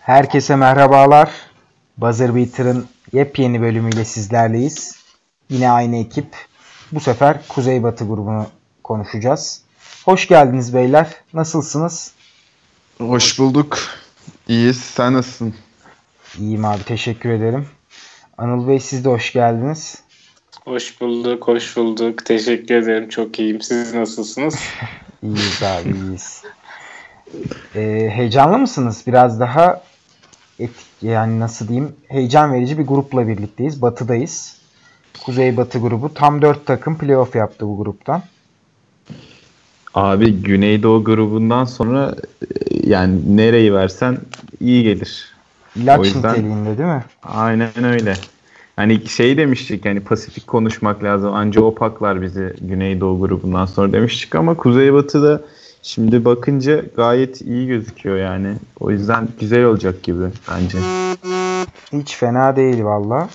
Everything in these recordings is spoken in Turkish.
Herkese merhabalar. Buzzer Beater'ın yepyeni bölümüyle sizlerleyiz. Yine aynı ekip. Bu sefer Kuzeybatı grubunu konuşacağız. Hoş geldiniz beyler. Nasılsınız? Hoş bulduk. İyiyiz. Sen nasılsın? İyiyim abi. Teşekkür ederim. Anıl Bey siz de hoş geldiniz. Hoş bulduk, hoş bulduk. Teşekkür ederim. Çok iyiyim. Siz nasılsınız? İyiyiz abi, iyiyiz. Heyecanlı mısınız? Biraz daha yani nasıl diyeyim, heyecan verici bir grupla birlikteyiz. Batı'dayız. Kuzeybatı grubu. Tam 4 takım playoff yaptı bu gruptan. Abi Güneydoğu grubundan sonra yani nereyi versen iyi gelir. İlaç O yüzden niteliğinde değil mi? aynen öyle. Hani şey demiştik, hani Pasifik konuşmak lazım. Anca o paklar bizi Güneydoğu grubundan sonra demiştik ama Kuzeybatı'da şimdi bakınca gayet iyi gözüküyor yani. O yüzden güzel olacak gibi bence. Hiç fena değil valla.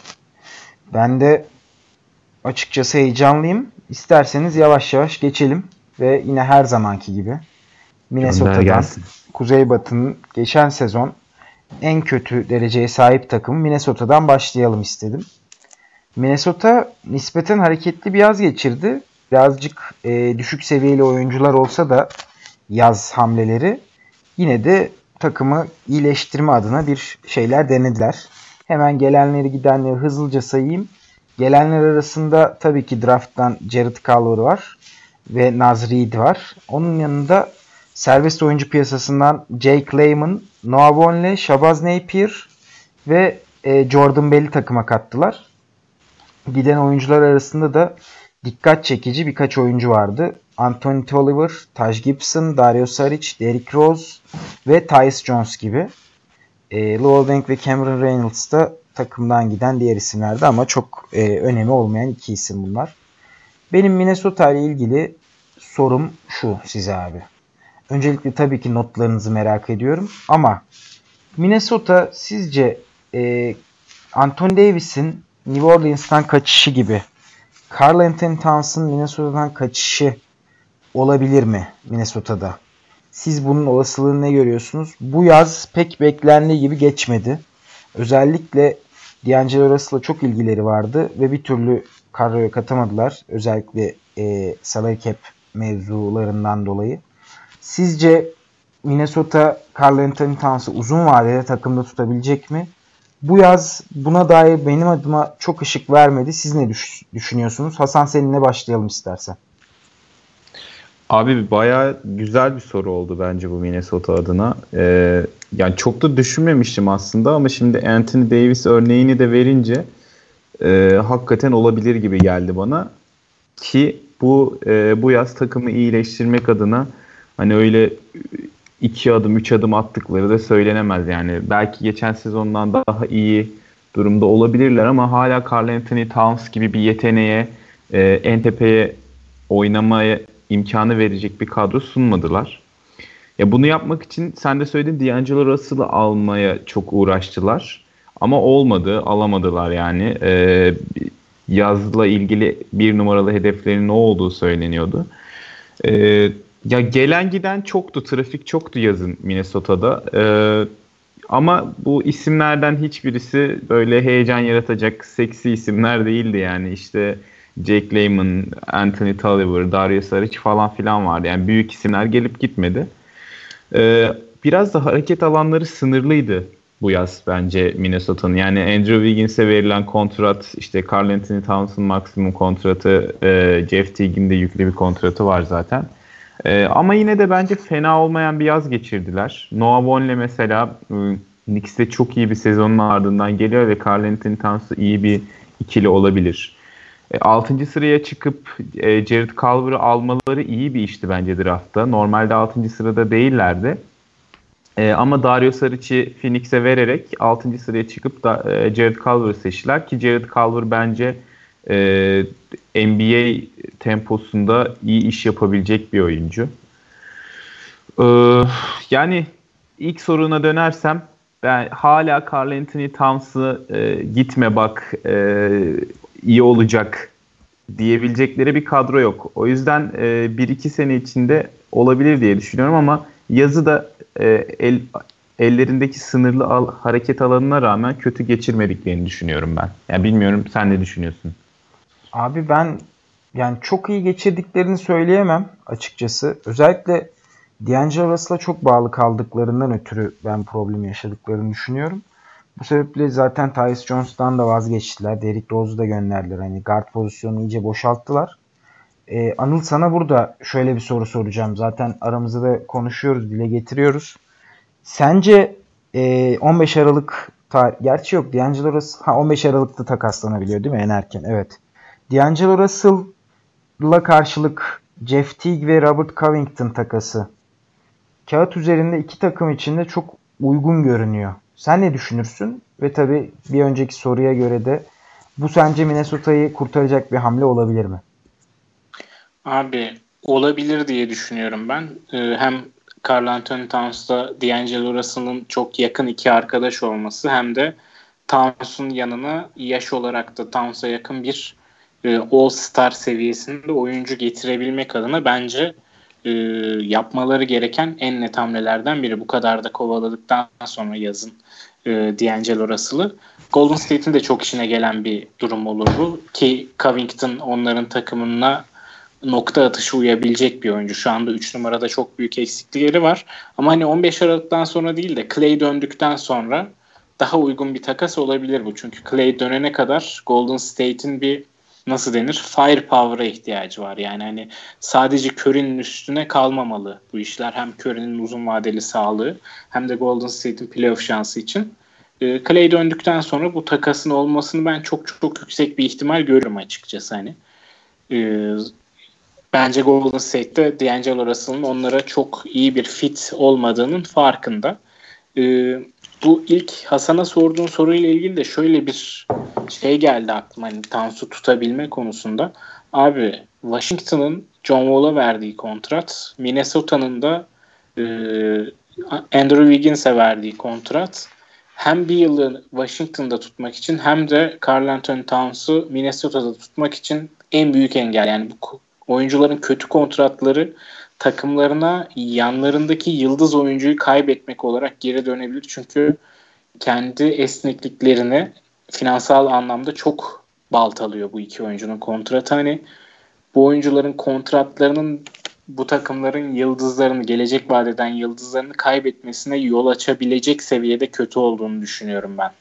Ben de açıkçası heyecanlıyım. İsterseniz yavaş yavaş geçelim. Ve yine her zamanki gibi Gönder Minnesota'dan, gelsin. Kuzeybatı'nın geçen sezon en kötü dereceye sahip takımı Minnesota'dan başlayalım istedim. Minnesota nispeten hareketli bir yaz geçirdi. Birazcık düşük seviyeli oyuncular olsa da yaz hamleleri yine de takımı iyileştirme adına bir şeyler denediler. Hemen gelenleri gidenleri hızlıca sayayım. Gelenler arasında tabii ki drafttan Jared Culver var ve Naz Reid var. Onun yanında serbest oyuncu piyasasından Jake Layman, Noah Vonleh, Shabazz Napier ve Jordan Bell'i takıma kattılar. Giden oyuncular arasında da dikkat çekici birkaç oyuncu vardı. Anthony Tolliver, Taj Gibson, Dario Saric, Derrick Rose ve Tyus Jones gibi. Lowell Bank ve Cameron Reynolds da takımdan giden diğer isimlerdi ama çok önemi olmayan iki isim bunlar. Benim Minnesota ile ilgili sorum şu size abi. Öncelikle tabii ki notlarınızı merak ediyorum ama Minnesota sizce Anthony Davis'in New Orleans'tan kaçışı gibi Karl Anthony Towns'ın Minnesota'dan kaçışı olabilir mi Minnesota'da? Siz bunun olasılığını ne görüyorsunuz? Bu yaz pek beklendiği gibi geçmedi. Özellikle D'Angelo Russell'a çok ilgileri vardı ve bir türlü kadroya katamadılar. Özellikle salary cap mevzularından dolayı. Sizce Minnesota Karl Anthony Towns'ı uzun vadede takımda tutabilecek mi? Bu yaz buna dair benim adıma çok ışık vermedi. Siz ne düşünüyorsunuz? Hasan seninle başlayalım istersen. Abi bayağı güzel bir soru oldu bence bu Minnesota adına. Yani çok da düşünmemiştim aslında ama şimdi Anthony Davis örneğini de verince hakikaten olabilir gibi geldi bana. Ki bu yaz takımı iyileştirmek adına hani öyle 2 adım 3 adım attıkları da söylenemez yani. Belki geçen sezondan daha iyi durumda olabilirler ama hala Karl Anthony Towns gibi bir yeteneğe en tepeye oynamaya imkanı verecek bir kadro sunmadılar. Ya bunu yapmak için sen de söyledin, D'Angelo Russell'ı almaya çok uğraştılar. Ama olmadı, alamadılar yani. Yazla ilgili bir numaralı hedeflerinin ne olduğu söyleniyordu. Ya gelen giden çoktu, trafik çoktu yazın Minnesota'da. Ama bu isimlerden hiçbirisi böyle heyecan yaratacak seksi isimler değildi yani. İşte Jake Layman, Anthony Tolliver, Dario Saric falan filan vardı. Yani büyük isimler gelip gitmedi. Biraz da hareket alanları sınırlıydı bu yaz bence Minnesota'nın. Yani Andrew Wiggins'e verilen kontrat, işte Karl Anthony Towns'ın maksimum kontratı, Jeff Teague'in de yüklü bir kontratı var zaten. Ama yine de bence fena olmayan bir yaz geçirdiler. Noah Vonleh mesela Knicks'te çok iyi bir sezonun ardından geliyor ve Karl Anthony Towns'ı iyi bir ikili olabilir. 6. sıraya çıkıp Jared Culver'ı almaları iyi bir işti bence draftta. Normalde 6. sırada değillerdi. Ama Dario Saric'i Phoenix'e vererek 6. sıraya çıkıp da Jared Culver'ı seçtiler ki Jared Culver bence NBA temposunda iyi iş yapabilecek bir oyuncu. Yani ilk soruna dönersem ben hala Karl Anthony Towns'ı gitme bak iyi olacak diyebilecekleri bir kadro yok. O yüzden 1-2 sene içinde olabilir diye düşünüyorum ama yazı da ellerindeki sınırlı hareket alanına rağmen kötü geçirmediklerini düşünüyorum ben. Yani bilmiyorum, sen ne düşünüyorsun? Abi ben yani çok iyi geçirdiklerini söyleyemem açıkçası. Özellikle D'Angelo Russell'a çok bağlı kaldıklarından ötürü ben problem yaşadıklarını düşünüyorum. Bu sebeple zaten Tyus Jones'tan da vazgeçtiler. Derrick Rose'u da gönderdiler. Hani guard pozisyonunu iyice boşalttılar. Anıl, sana burada şöyle bir soru soracağım. Zaten aramızda da konuşuyoruz, dile getiriyoruz. Sence 15 Aralık gerçi yok, D'Angelo Russell 15 Aralık'ta takaslanabiliyor değil mi en erken? Evet. D'Angelo Russell'la karşılık Jeff Teague ve Robert Covington takası kağıt üzerinde iki takım için de çok uygun görünüyor. Sen ne düşünürsün? Ve tabii bir önceki soruya göre de bu sence Minnesota'yı kurtaracak bir hamle olabilir mi? Abi olabilir diye düşünüyorum ben. Hem Karl Anthony Towns'la D'Angelo Russell'ın çok yakın iki arkadaş olması, hem de Towns'un yanına yaş olarak da Towns'a yakın bir All-Star seviyesinde oyuncu getirebilmek adına bence yapmaları gereken en net hamlelerden biri. Bu kadar da kovaladıktan sonra yazın D'Angelo Russell'ı. Golden State'in de çok işine gelen bir durum olur bu. Ki Covington onların takımına nokta atışı uyabilecek bir oyuncu. Şu anda 3 numarada çok büyük eksiklikleri var. Ama hani 15 Aralık'tan sonra değil de Clay döndükten sonra daha uygun bir takas olabilir bu. Çünkü Clay dönene kadar Golden State'in bir, nasıl denir, firepower'a ihtiyacı var. Yani hani sadece Curry'nin üstüne kalmamalı bu işler. Hem Curry'nin uzun vadeli sağlığı hem de Golden State'in playoff şansı için. Clay döndükten sonra bu takasın olmasını ben çok çok yüksek bir ihtimal görüyorum açıkçası. Hani bence Golden State'te D'Angelo Russell'ın onlara çok iyi bir fit olmadığının farkında. Bu ilk Hasan'a sorduğun soruyla ilgili de şöyle bir şey geldi aklıma, hani Towns'u tutabilme konusunda. Abi Washington'ın John Wall'a verdiği kontrat, Minnesota'nın da Andrew Wiggins'e verdiği kontrat hem bir yılı Washington'da tutmak için hem de Karl Anthony Towns'u Minnesota'da tutmak için en büyük engel. Yani bu oyuncuların kötü kontratları takımlarına yanlarındaki yıldız oyuncuyu kaybetmek olarak geri dönebilir. Çünkü kendi esnekliklerini finansal anlamda çok baltalıyor bu iki oyuncunun kontratı. Hani bu oyuncuların kontratlarının bu takımların yıldızlarını, gelecek vadeden yıldızlarını kaybetmesine yol açabilecek seviyede kötü olduğunu düşünüyorum ben.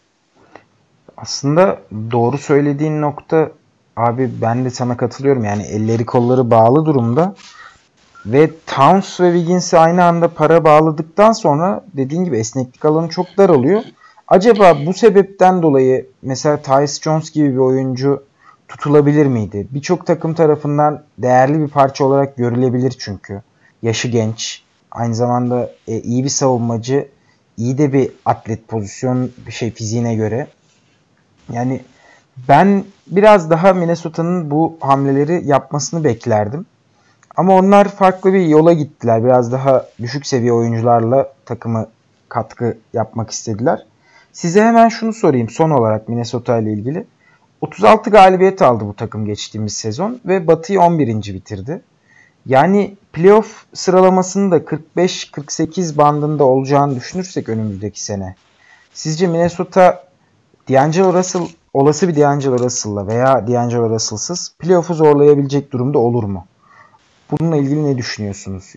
Aslında doğru söylediğin nokta, abi ben de sana katılıyorum. Yani elleri kolları bağlı durumda. Ve Towns ve Wiggins'e aynı anda para bağladıktan sonra dediğin gibi esneklik alanı çok daralıyor. Acaba bu sebepten dolayı mesela Tyus Jones gibi bir oyuncu tutulabilir miydi? Birçok takım tarafından değerli bir parça olarak görülebilir çünkü. Yaşı genç, aynı zamanda iyi bir savunmacı, iyi de bir atlet, pozisyon fiziğine göre. Yani ben biraz daha Minnesota'nın bu hamleleri yapmasını beklerdim. Ama onlar farklı bir yola gittiler. Biraz daha düşük seviye oyuncularla takımı katkı yapmak istediler. Size hemen şunu sorayım son olarak Minnesota ile ilgili. 36 galibiyet aldı bu takım geçtiğimiz sezon ve Batı'yı 11. bitirdi. Yani playoff sıralamasının da 45-48 bandında olacağını düşünürsek önümüzdeki sene. Sizce Minnesota D'Angelo Russell, olası bir D'Angelo Russell'la veya D'Angelo Russell'sız playoff'u zorlayabilecek durumda olur mu? Bununla ilgili ne düşünüyorsunuz?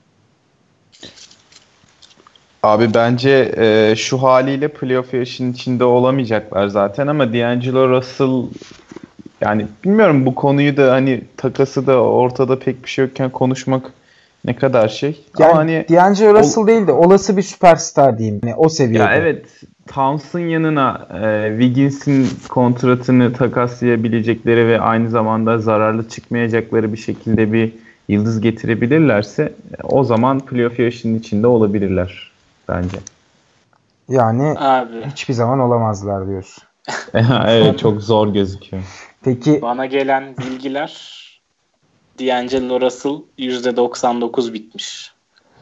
Abi bence şu haliyle playoff yarışının içinde olamayacaklar zaten, ama D'Angelo Russell, yani bilmiyorum, bu konuyu da hani takası da ortada pek bir şey yokken konuşmak ne kadar şey. Yani Ama hani D'Angelo Russell değil de olası bir süperstar diyeyim. Yani o seviyede. ya evet, Towns'ın yanına Wiggins'in kontratını takaslayabilecekleri ve aynı zamanda zararlı çıkmayacakları bir şekilde bir yıldız getirebilirlerse o zaman playoff yarışının içinde olabilirler bence. Yani Abi hiçbir zaman olamazlar diyorsun. Evet, çok zor gözüküyor. Peki bana gelen bilgiler, D'Angelo Russell %99 bitmiş.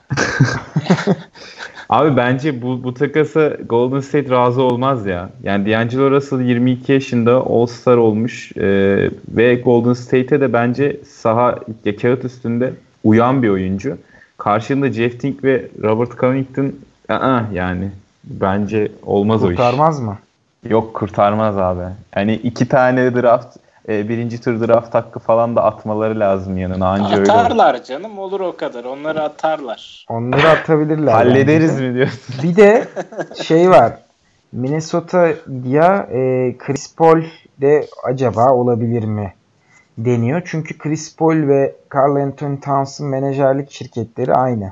Abi bence bu takasa Golden State razı olmaz ya. Yani D'Angelo Russell 22 yaşında All-Star olmuş ve Golden State'e de bence kağıt üstünde uyan bir oyuncu. Karşında Jeff Teague ve Robert Covington Yani bence olmaz o iş. Kurtarmaz mı? Yok, kurtarmaz abi. Yani 2 tane birinci tur draft hakkı falan da atmaları lazım yanına. Anca öyle olur. Atarlar canım, olur o kadar. Onları atarlar. Onları atabilirler Hallederiz bence de. mi diyorsun? Bir de şey var. Minnesota'ya Chris Paul de acaba olabilir mi deniyor. Çünkü Chris Paul ve Karl Anthony Towns'ın menajerlik şirketleri aynı.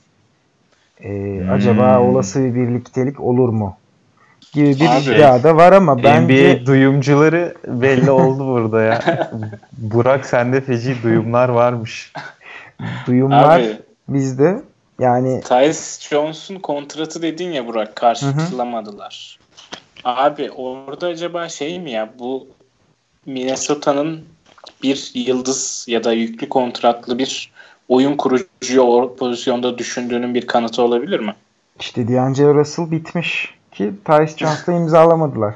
Acaba olası bir birliktelik olur mu gibi bir Abi, iddia da var ama bence NBA duyumcuları belli oldu burada ya. Burak, sende feci duyumlar varmış. duyumlar abi bizde. Yani Tyus Jones'un kontratı dedin ya Burak, karşılamadılar. Abi orada acaba şey mi ya, bu Minnesota'nın bir yıldız ya da yüklü kontratlı bir oyun kurucuyu o pozisyonda düşündüğünün bir kanıtı olabilir mi? işte D'Angelo Russell bitmiş ki Tyus Jones'la imzalamadılar.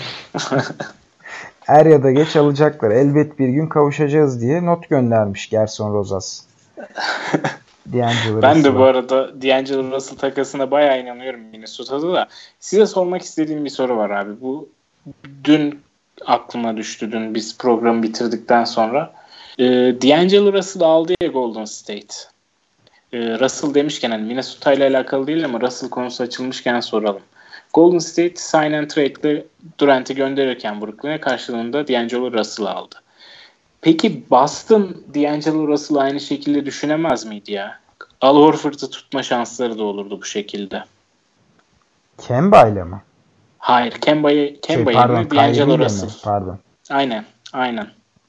Er ya da geç alacaklar. Elbet bir gün kavuşacağız diye not göndermiş Gerson Rosas. D'Angelo Ben de bu Russell'a. arada D'Angelo Russell takasına bayağı inanıyorum Minnesota'da da. Size sormak istediğim bir soru var abi. Bu dün aklıma düştü, dün biz programı bitirdikten sonra. D'Angelo Russell aldı ya Golden State. Russell demişken, hani Minnesota ile alakalı değil ama Russell konusu açılmışken soralım. Golden State sign and trade'le Durant'i gönderirken Brooklyn'e, karşılığında D'Angelo Russell aldı. Peki Boston D'Angelo Russell'ı aynı şekilde düşünemez miydi ya? Al Horford'u tutma şansları da olurdu bu şekilde. Kemba ile mi? Hayır, Kemba Pardon, yerine Kyrie D'Angelo ile Russell. mi? Pardon. Aynen.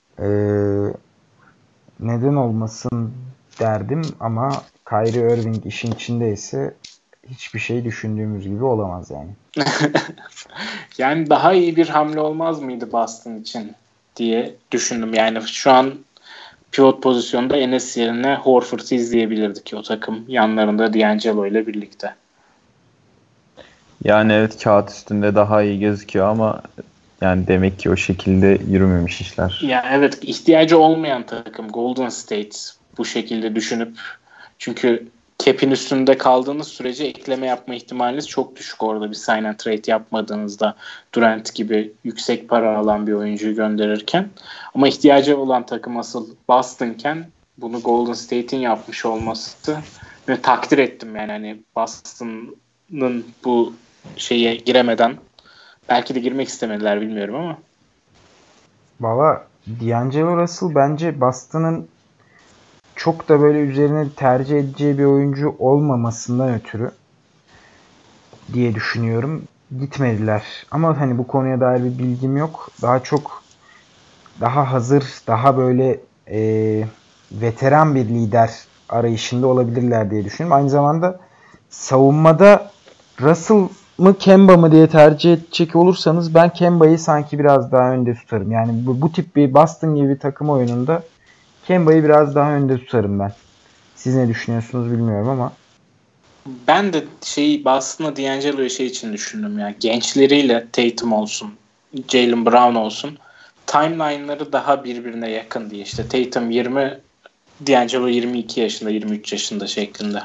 Neden olmasın derdim ama Kyrie Irving işin içindeyse hiçbir şey düşündüğümüz gibi olamaz yani. Yani daha iyi bir hamle olmaz mıydı Boston için diye düşündüm. Yani şu an pivot pozisyonda Enes yerine Horford'u izleyebilirdik o takım yanlarında D'Angelo ile birlikte. Yani evet, kağıt üstünde daha iyi gözüküyor ama yani demek ki o şekilde yürümemiş işler. Ya evet, ihtiyacı olmayan takım Golden State bu şekilde düşünüp, çünkü cap'in üstünde kaldığınız sürece ekleme yapma ihtimaliniz çok düşük orada, bir sign and trade yapmadığınızda Durant gibi yüksek para alan bir oyuncuyu gönderirken. Ama ihtiyacı olan takım asıl Boston'ken bunu Golden State'in yapmış olması ve takdir ettim yani, hani Boston'ın bu şeye giremeden, belki de girmek istemediler bilmiyorum ama. Valla D'Angelo Russell bence Boston'ın çok da böyle üzerine tercih edeceği bir oyuncu olmamasından ötürü diye düşünüyorum. Gitmediler. Ama hani bu konuya dair bir bilgim yok. Daha hazır, daha böyle veteran bir lider arayışında olabilirler diye düşünüyorum. Aynı zamanda savunmada Russell mı Kemba mı diye tercih edecek olursanız ben Kemba'yı sanki biraz daha önde tutarım. Yani bu tip bir Boston gibi bir takım oyununda Kemba'yı biraz daha önde tutarım ben. Siz ne düşünüyorsunuz bilmiyorum ama. Ben de Boston'a D'Angelo'yu için düşündüm ya. Gençleriyle Tatum olsun, Jaylen Brown olsun. Timeline'ları daha birbirine yakın diye. İşte Tatum 20, D'Angelo 22 yaşında, 23 yaşında şeklinde.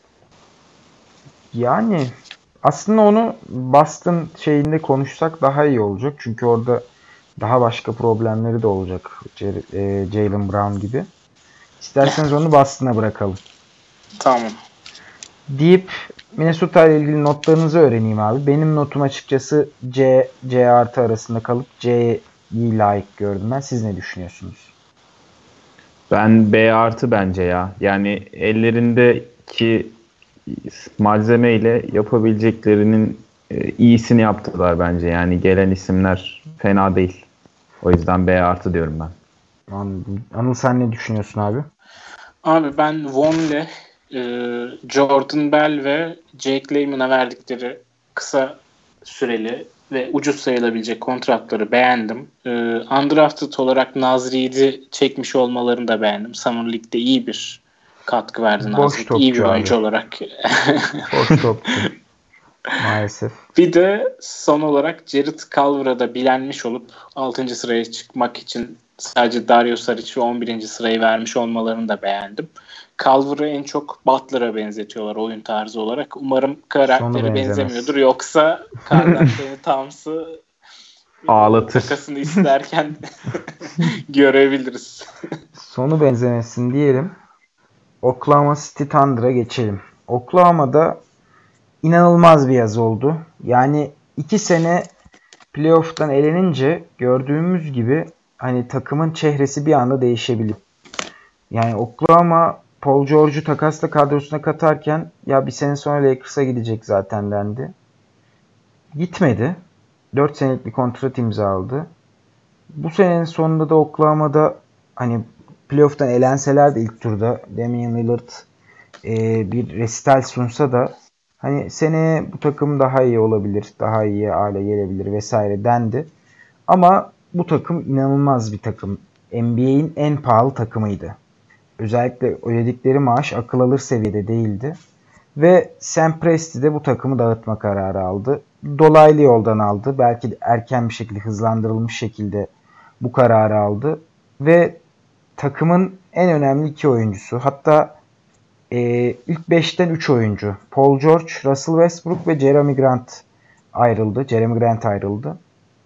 Yani aslında onu Boston şeyinde konuşsak daha iyi olacak. Çünkü orada daha başka problemleri de olacak. Jaylen Brown gibi. İsterseniz onu Boston'a bırakalım. Tamam. Deyip Minnesota ile ilgili notlarınızı öğreneyim abi. Benim notum açıkçası C artı arasında kalıp C'yi layık gördüm ben. Siz ne düşünüyorsunuz? Ben B artı bence ya. Yani ellerindeki malzeme ile yapabileceklerinin iyisini yaptılar bence. Yani gelen isimler fena değil. O yüzden B artı diyorum ben. Anıl, sen ne düşünüyorsun abi? Abi ben Von'le Jordan Bell ve Jake Layman'a verdikleri kısa süreli ve ucuz sayılabilecek kontratları beğendim. Undrafted olarak Naz Reid'i çekmiş olmalarını da beğendim. Summer League'de iyi bir katkı verdi Naz Reid. İyi bir oyuncu olarak. Boş topçu. Maalesef. Bir de son olarak Jared Culver'a da bilenmiş olup 6. sıraya çıkmak için sadece Dario Saric ve 11. sırayı vermiş olmalarını da beğendim. Culver'ı en çok Butler'a benzetiyorlar oyun tarzı olarak. Umarım karakteri benzemiyordur. Yoksa Karl Anthony Towns'ı ağlatır. Takasını isterken görebiliriz. Sonu benzemesin diyelim. Oklahoma City Thunder'a geçelim. Oklahoma'da inanılmaz bir yaz oldu. Yani 2 sene playoff'tan elenince gördüğümüz gibi hani takımın çehresi bir anda değişebilir. Yani Oklahoma Paul George'u takasla kadrosuna katarken ya bir sene sonra Lakers'a gidecek zaten dendi. Gitmedi. 4 senelik bir kontrat imzaladı. Bu senenin sonunda da Oklahoma'da hani playoff'tan elenseler de ilk turda Damian Lillard bir resital sunsa da hani seneye bu takım daha iyi olabilir, daha iyi hale gelebilir vesaire dendi. Ama bu takım inanılmaz bir takım. NBA'in en pahalı takımıydı. Özellikle ödedikleri maaş akıl alır seviyede değildi. Ve Sam Presti de bu takımı dağıtma kararı aldı. Dolaylı yoldan aldı. Belki de erken bir şekilde, hızlandırılmış şekilde bu kararı aldı. Ve takımın en önemli 2 oyuncusu, hatta ilk 5'ten 3 oyuncu, Paul George, Russell Westbrook ve Jeremy Grant ayrıldı.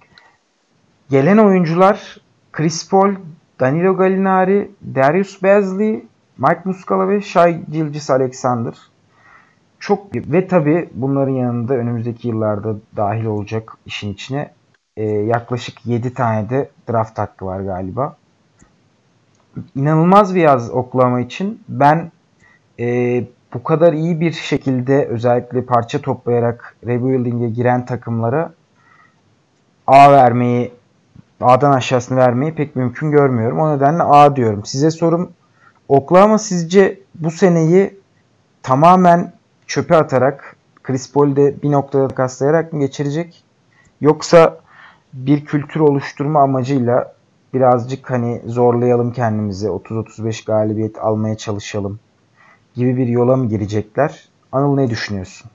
Gelen oyuncular Chris Paul, Danilo Gallinari, Darius Bazley, Mike Muscala ve Shai Gilgeous-Alexander. Çok ve tabii bunların yanında önümüzdeki yıllarda dahil olacak işin içine yaklaşık 7 tane de draft hakkı var galiba. İnanılmaz bir yaz Oklahoma için. Ben bu kadar iyi bir şekilde özellikle parça toplayarak rebuilding'e giren takımlara A'dan aşağısını vermeyi pek mümkün görmüyorum. O nedenle A diyorum. Size sorum, Oklahoma sizce bu seneyi tamamen çöpe atarak Chris Paul'u de bir noktada takaslayarak mı geçirecek? Yoksa bir kültür oluşturma amacıyla birazcık hani zorlayalım kendimizi, 30-35 galibiyet almaya çalışalım gibi bir yola mı girecekler? Anıl, ne düşünüyorsun?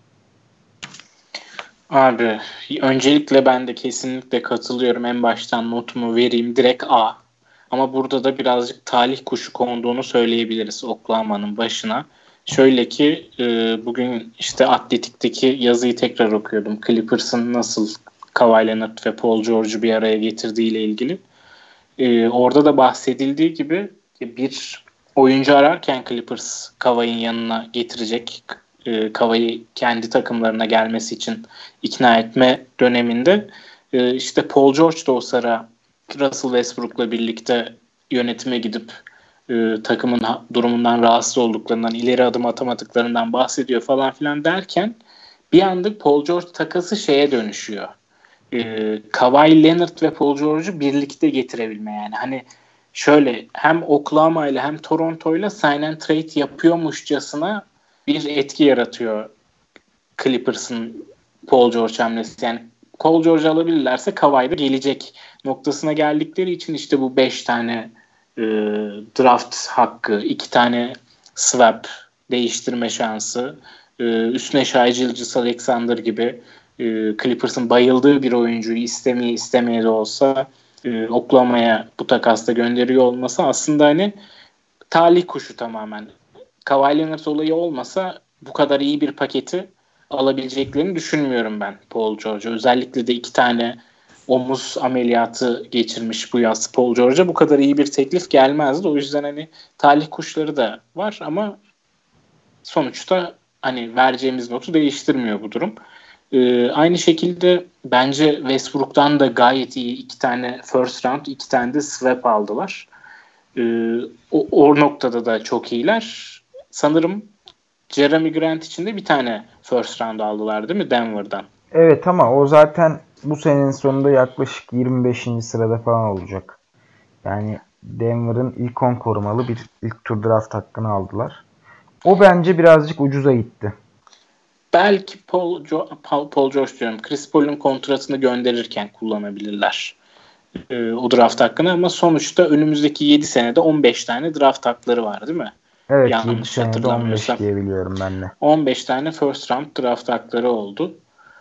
Abi öncelikle ben de kesinlikle katılıyorum. En baştan notumu vereyim. Direkt A. Ama burada da birazcık talih kuşu konduğunu söyleyebiliriz Oklahoma'nın başına. Şöyle ki bugün işte Atletik'teki yazıyı tekrar okuyordum. Clippers'ın nasıl Kawhi Leonard ve Paul George'u bir araya getirdiğiyle ilgili. Orada da bahsedildiği gibi bir oyuncu ararken Clippers Kawhi'nin yanına getirecek. Kawhi'yi kendi takımlarına gelmesi için ikna etme döneminde işte Paul George da o sıra Russell Westbrook'la birlikte yönetime gidip takımın durumundan rahatsız olduklarından, ileri adım atamadıklarından bahsediyor falan filan derken bir anda Paul George takası şeye dönüşüyor. Kawhi Leonard ve Paul George'u birlikte getirebilme yani. Hani şöyle hem Oklahoma ile hem Toronto ile sign and trade yapıyormuşçasına bir etki yaratıyor Clippers'ın Paul George hamlesi. Yani Paul George alabilirlerse Kawhi da gelecek noktasına geldikleri için işte bu 5 tane draft hakkı, 2 tane swap değiştirme şansı, üstüne Shai Gilgeous-Alexander gibi Clippers'ın bayıldığı bir oyuncuyu istemeye de olsa Oklahoma'ya bu takasta gönderiyor olması aslında hani talih kuşu tamamen. Kawhi Leonard olayı olmasa bu kadar iyi bir paketi alabileceklerini düşünmüyorum ben Paul George'a. Özellikle de 2 tane omuz ameliyatı geçirmiş bu yaz Paul George'a bu kadar iyi bir teklif gelmezdi. O yüzden hani talih kuşları da var ama sonuçta hani vereceğimiz notu değiştirmiyor bu durum. Aynı şekilde bence Westbrook'tan da gayet iyi 2 tane first round, 2 tane de swap aldılar. O noktada da çok iyiler. Sanırım Jeremy Grant için de bir tane first round aldılar değil mi Denver'dan? Evet, ama o zaten bu senenin sonunda yaklaşık 25. sırada falan olacak. Yani Denver'ın ilk 10 korumalı bir ilk tur draft hakkını aldılar. O bence birazcık ucuza gitti. Belki Paul George diyorum. Chris Paul'un kontratını gönderirken kullanabilirler o draft hakkını ama sonuçta önümüzdeki 7 senede 15 tane draft hakları var değil mi? Evet, 7 Yanlış senede 15 hatırlamıyorsam. diye biliyorum ben de. 15 tane first round draft hakları oldu.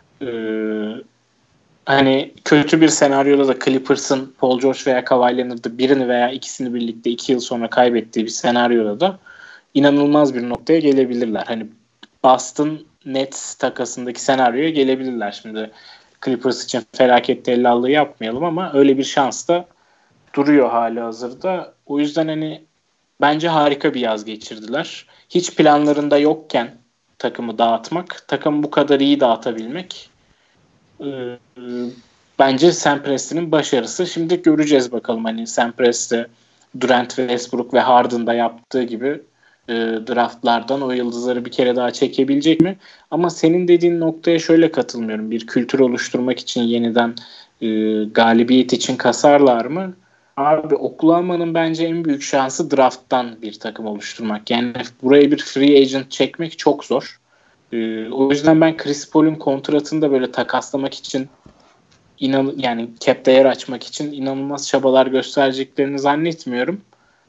Hani kötü bir senaryoda da Clippers'ın Paul George veya Kawhi Leonard'ı birini veya ikisini birlikte 2 yıl sonra kaybettiği bir senaryoda da inanılmaz bir noktaya gelebilirler. Hani Boston Nets takasındaki senaryoya gelebilirler. Şimdi Clippers için felaket tellallığı yapmayalım ama öyle bir şans da duruyor hali hazırda. O yüzden hani bence harika bir yaz geçirdiler. Hiç planlarında yokken takımı dağıtmak, takımı bu kadar iyi dağıtabilmek e, bence Sam Presti'nin başarısı. Şimdi göreceğiz bakalım hani Sam Presti Durant, Westbrook ve Harden'da yaptığı gibi draftlardan o yıldızları bir kere daha çekebilecek mi? Ama senin dediğin noktaya şöyle katılmıyorum. Bir kültür oluşturmak için yeniden galibiyet için kasarlar mı? Abi Oklahoma'nın bence en büyük şansı drafttan bir takım oluşturmak. Yani buraya bir free agent çekmek çok zor. O yüzden ben Chris Paul'un kontratını da böyle takaslamak için yani cap'te yer açmak için inanılmaz çabalar göstereceklerini zannetmiyorum.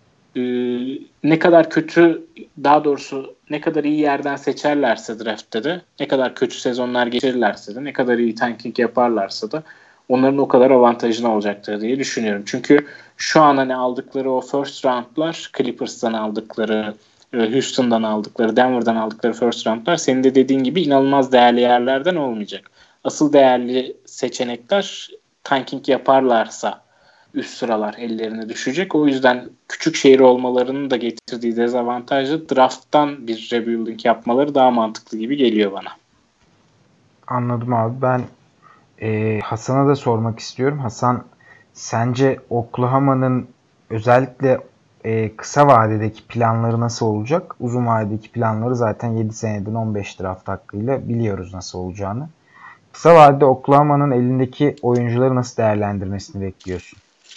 Ne kadar kötü, daha doğrusu ne kadar iyi yerden seçerlerse draft'te de, ne kadar kötü sezonlar geçirirlerse de, ne kadar iyi tanking yaparlarsa da onların o kadar avantajına olacaktır diye düşünüyorum. Çünkü şu an hani aldıkları o first round'lar, Clippers'tan aldıkları, Houston'dan aldıkları, Denver'dan aldıkları first round'lar senin de dediğin gibi inanılmaz değerli yerlerden olmayacak. Asıl değerli seçenekler tanking yaparlarsa üst sıralar ellerine düşecek. O yüzden küçük şehir olmalarının da getirdiği dezavantajı draft'tan bir rebuilding yapmaları daha mantıklı gibi geliyor bana. Anladım abi. Ben Hasan'a da sormak istiyorum. Hasan, sence Oklahoma'nın özellikle kısa vadedeki planları nasıl olacak? Uzun vadedeki planları zaten 7 seneden 15 draft hakkıyla biliyoruz nasıl olacağını. Kısa vadede Oklahoma'nın elindeki oyuncuları nasıl değerlendirmesini bekliyorsun?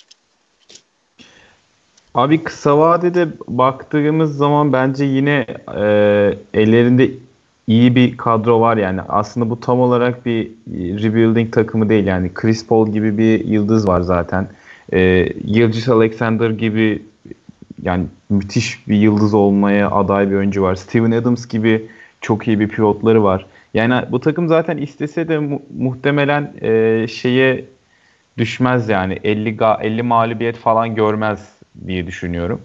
Abi kısa vadede baktığımız zaman bence yine ellerinde iyi bir kadro var yani. Aslında bu tam olarak bir rebuilding takımı değil yani. Chris Paul gibi bir yıldız var zaten. Gilgeous Alexander gibi yani müthiş bir yıldız olmaya aday bir oyuncu var. Steven Adams gibi çok iyi bir pivotları var. Yani bu takım zaten istese de muhtemelen şeye düşmez yani 50 mağlubiyet falan görmez diye düşünüyorum.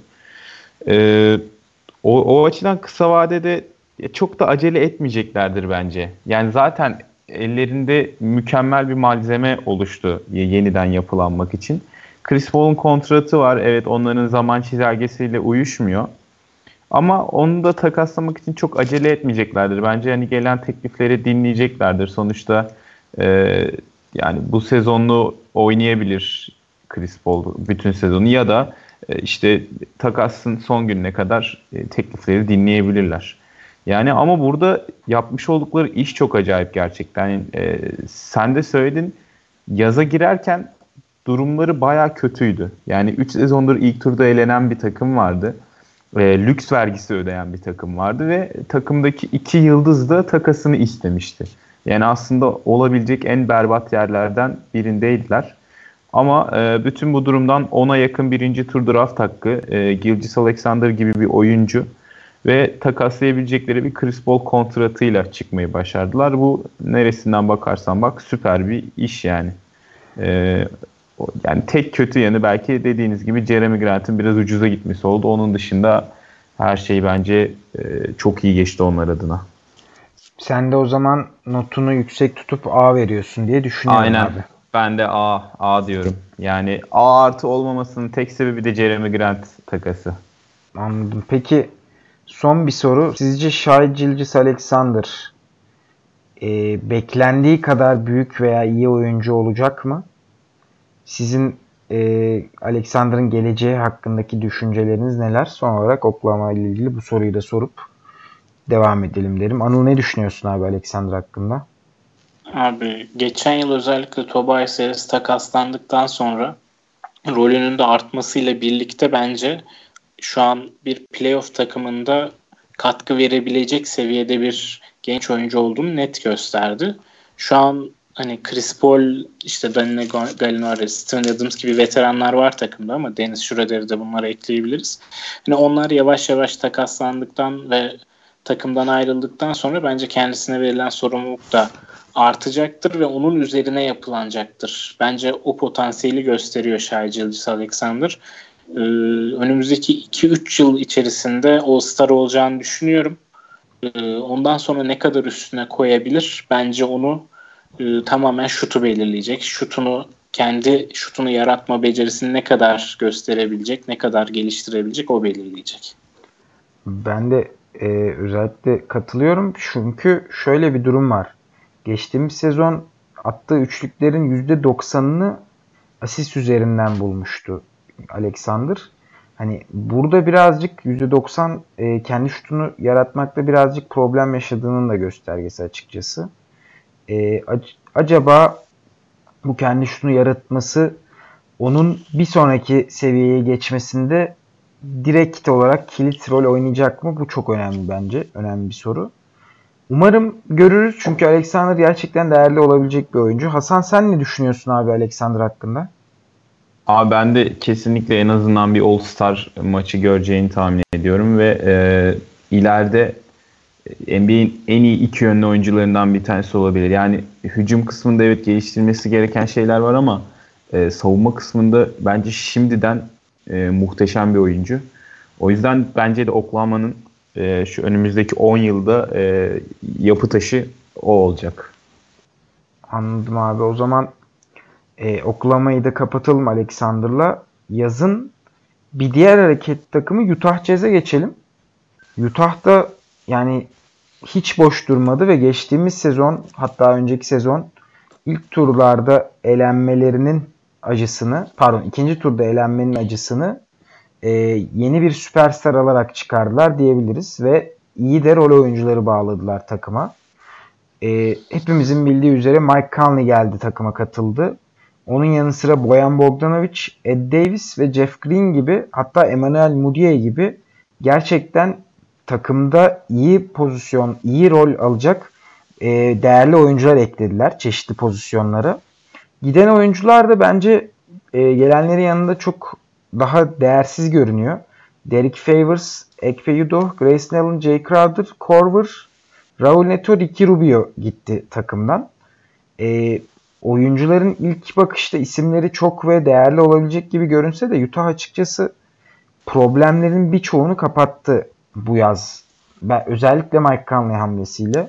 O açıdan kısa vadede çok da acele etmeyeceklerdir bence. Yani zaten ellerinde mükemmel bir malzeme oluştu yeniden yapılanmak için. Chris Paul'un kontratı var. Evet, onların zaman çizelgesiyle uyuşmuyor. Ama onu da takaslamak için çok acele etmeyeceklerdir. Bence hani gelen teklifleri dinleyeceklerdir. Sonuçta e, yani bu sezonlu oynayabilir Chris Paul bütün sezonu ya da işte takasın son gününe kadar teklifleri dinleyebilirler. Yani ama burada yapmış oldukları iş çok acayip gerçekten. Yani, sen de söyledin, yaza girerken durumları baya kötüydü. Yani 3 sezondur ilk turda elenen bir takım vardı. Lüks vergisi ödeyen bir takım vardı ve takımdaki 2 yıldız da takasını istemişti. Yani aslında olabilecek en berbat yerlerden birindeydiler. Ama bütün bu durumdan ona yakın birinci tur draft hakkı, Gilgeous Alexander gibi bir oyuncu ve takaslayabilecekleri bir Chris Paul kontratıyla çıkmayı başardılar. Bu neresinden bakarsan bak süper bir iş yani. E, Yani tek kötü yanı belki dediğiniz gibi Jeremy Grant'ın biraz ucuza gitmesi oldu. Onun dışında her şey bence çok iyi geçti onlar adına. Sen de o zaman notunu yüksek tutup A veriyorsun diye düşünüyorum Aynen. abi. Ben de A diyorum. Yani A artı olmamasının tek sebebi de Jeremy Grant takası. Anladım. Peki son bir soru. Sizce Shai Gilgeous-Alexander beklendiği kadar büyük veya iyi oyuncu olacak mı? Sizin Alexander'ın geleceği hakkındaki düşünceleriniz neler? Son olarak Oklahoma ile ilgili bu soruyu da sorup devam edelim derim. Anıl, ne düşünüyorsun abi Alexander hakkında? Abi geçen yıl özellikle Tobias Harris takaslandıktan sonra rolünün de artmasıyla birlikte bence şu an bir playoff takımında katkı verebilecek seviyede bir genç oyuncu olduğunu net gösterdi. Şu an hani Chris Paul, işte Danilo Gallinari, Steven Adams gibi veteranlar var takımda ama Dennis Schroeder'i de bunlara ekleyebiliriz. Hani onlar yavaş yavaş takaslandıktan ve takımdan ayrıldıktan sonra bence kendisine verilen sorumluluk da artacaktır ve onun üzerine yapılanacaktır. Bence o potansiyeli gösteriyor Shai Gilgeous-Alexander. Önümüzdeki 2-3 yıl içerisinde All-Star olacağını düşünüyorum. Ondan sonra ne kadar üstüne koyabilir? Bence onu tamamen şutu belirleyecek. Kendi şutunu yaratma becerisini ne kadar gösterebilecek, ne kadar geliştirebilecek o belirleyecek. Ben de özellikle katılıyorum. Çünkü şöyle bir durum var. Geçtiğimiz sezon attığı üçlüklerin %90'ını asist üzerinden bulmuştu Alexander. Hani burada birazcık %90 kendi şutunu yaratmakta birazcık problem yaşadığının da göstergesi açıkçası. Acaba bu kendi şutunu yaratması onun bir sonraki seviyeye geçmesinde direkt olarak kilit rol oynayacak mı? Bu çok önemli bence. Önemli bir soru. Umarım görürüz çünkü Alexander gerçekten değerli olabilecek bir oyuncu. Hasan, sen ne düşünüyorsun abi Alexander hakkında? Abi ben de kesinlikle en azından bir All-Star maçı göreceğini tahmin ediyorum ve ileride NBA'in en iyi iki yönlü oyuncularından bir tanesi olabilir. Yani hücum kısmında evet geliştirilmesi gereken şeyler var ama savunma kısmında bence şimdiden muhteşem bir oyuncu. O yüzden bence de Oklahoma'nın şu önümüzdeki 10 yılda yapı taşı o olacak. Anladım abi. O zaman Oklahoma'yı da kapatalım Alexander'la. Yazın bir diğer hareket takımı Utah Jazz'e geçelim. Utah'da yani hiç boş durmadı ve geçtiğimiz sezon, hatta önceki sezon ilk turlarda elenmelerinin acısını, ikinci turda elenmenin acısını yeni bir süperstar alarak çıkardılar diyebiliriz ve iyi de rol oyuncuları bağladılar takıma. Hepimizin bildiği üzere Mike Conley geldi, takıma katıldı. Onun yanı sıra Bojan Bogdanovic, Ed Davis ve Jeff Green gibi, hatta Emmanuel Mudiay gibi gerçekten takımda iyi pozisyon, iyi rol alacak değerli oyuncular eklediler çeşitli pozisyonlara. Giden oyuncular da bence gelenlerin yanında çok daha değersiz görünüyor. Derek Favors, Ekpe Udoh, Grayson Allen, Jay Crowder, Korver, Raul Neto, Ricky Rubio gitti takımdan. Oyuncuların ilk bakışta isimleri çok ve değerli olabilecek gibi görünse de Utah açıkçası problemlerin birçoğunu kapattı bu yaz. Özellikle Mike Conley hamlesiyle.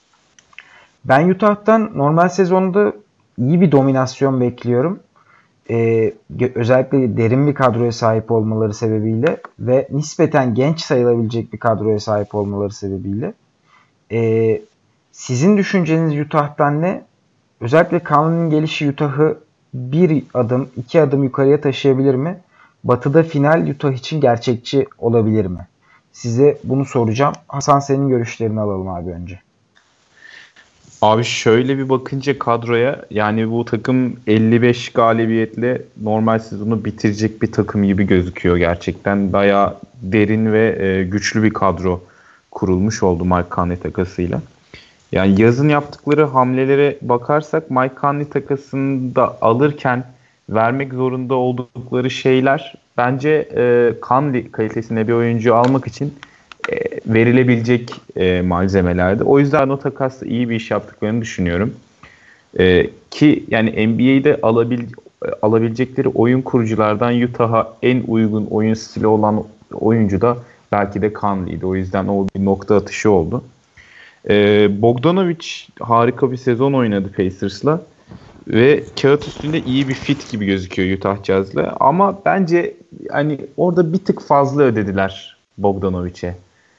Ben Utah'tan normal sezonda iyi bir dominasyon bekliyorum. Özellikle derin bir kadroya sahip olmaları sebebiyle ve nispeten genç sayılabilecek bir kadroya sahip olmaları sebebiyle. Sizin düşünceniz Utah'tan ne? Özellikle Conley'nin gelişi Utah'ı bir adım, iki adım yukarıya taşıyabilir mi? Batı'da final Utah için gerçekçi olabilir mi? Size bunu soracağım. Hasan, senin görüşlerini alalım abi önce. Abi şöyle bir bakınca kadroya, yani bu takım 55 galibiyetle normal sezonu bitirecek bir takım gibi gözüküyor gerçekten. Bayağı derin ve güçlü bir kadro kurulmuş oldu Mike Conley takasıyla. Yani yazın yaptıkları hamlelere bakarsak Mike Conley takasını da alırken vermek zorunda oldukları şeyler bence Conley kalitesinde bir oyuncu almak için verilebilecek malzemelerdi. O yüzden o takasla iyi bir iş yaptıklarını düşünüyorum. Ki yani NBA'de alabilecekleri oyun kuruculardan Utah'a en uygun oyun stili olan oyuncu da belki de Conley'di. O yüzden o bir nokta atışı oldu. Bogdanovic harika bir sezon oynadı Pacers'la ve kağıt üstünde iyi bir fit gibi gözüküyor Utah Jazz'la. Ama bence hani orada bir tık fazla ödediler Bogdanovic'e.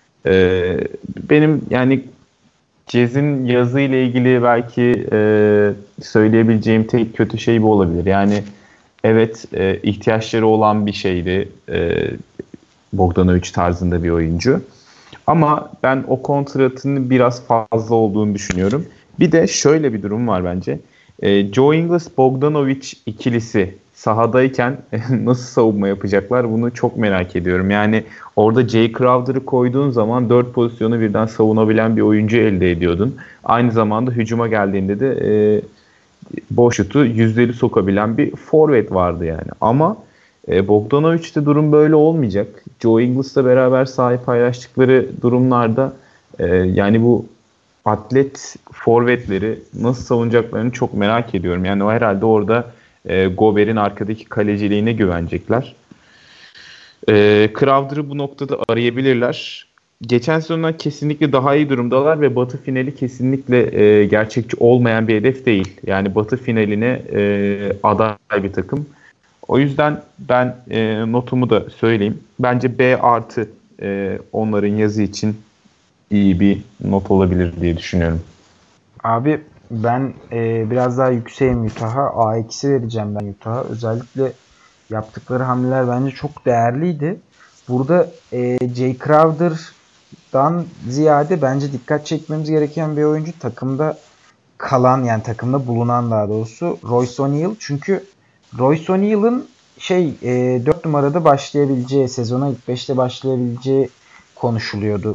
Benim yani Jazz'in yazı ile ilgili belki söyleyebileceğim tek kötü şey bu olabilir. Yani evet, ihtiyaçları olan bir şeydi Bogdanovic tarzında bir oyuncu. Ama ben o kontratının biraz fazla olduğunu düşünüyorum. Bir de şöyle bir durum var bence. Joe Ingles-Bogdanovic ikilisi sahadayken nasıl savunma yapacaklar, bunu çok merak ediyorum. Yani orada Jay Crowder'ı koyduğun zaman 4 pozisyonu birden savunabilen bir oyuncu elde ediyordun. Aynı zamanda hücuma geldiğinde de boş şutu yüzdeli sokabilen bir forvet vardı yani. Ama Bogdanovic'te durum böyle olmayacak. Joe Ingles'la beraber sahayı paylaştıkları durumlarda yani bu atlet forvetleri nasıl savunacaklarını çok merak ediyorum. Yani o herhalde orada Gobert'in arkadaki kaleciliğine güvenecekler. Crowder'ı bu noktada arayabilirler. Geçen sezondan kesinlikle daha iyi durumdalar ve Batı finali kesinlikle gerçekçi olmayan bir hedef değil. Yani Batı finaline aday bir takım. O yüzden ben notumu da söyleyeyim. Bence B artı onların yazı için iyi bir not olabilir diye düşünüyorum. Abi ben biraz daha yükseğim Utah'a. A eksi vereceğim ben Utah'a. Özellikle yaptıkları hamleler bence çok değerliydi. Burada Jay Crowder'dan ziyade bence dikkat çekmemiz gereken bir oyuncu takımda kalan, yani takımda bulunan daha doğrusu Royce O'Neal. Çünkü Royce O'Neal'ın 4 numarada başlayabileceği, sezona ilk 5'te başlayabileceği konuşuluyordu.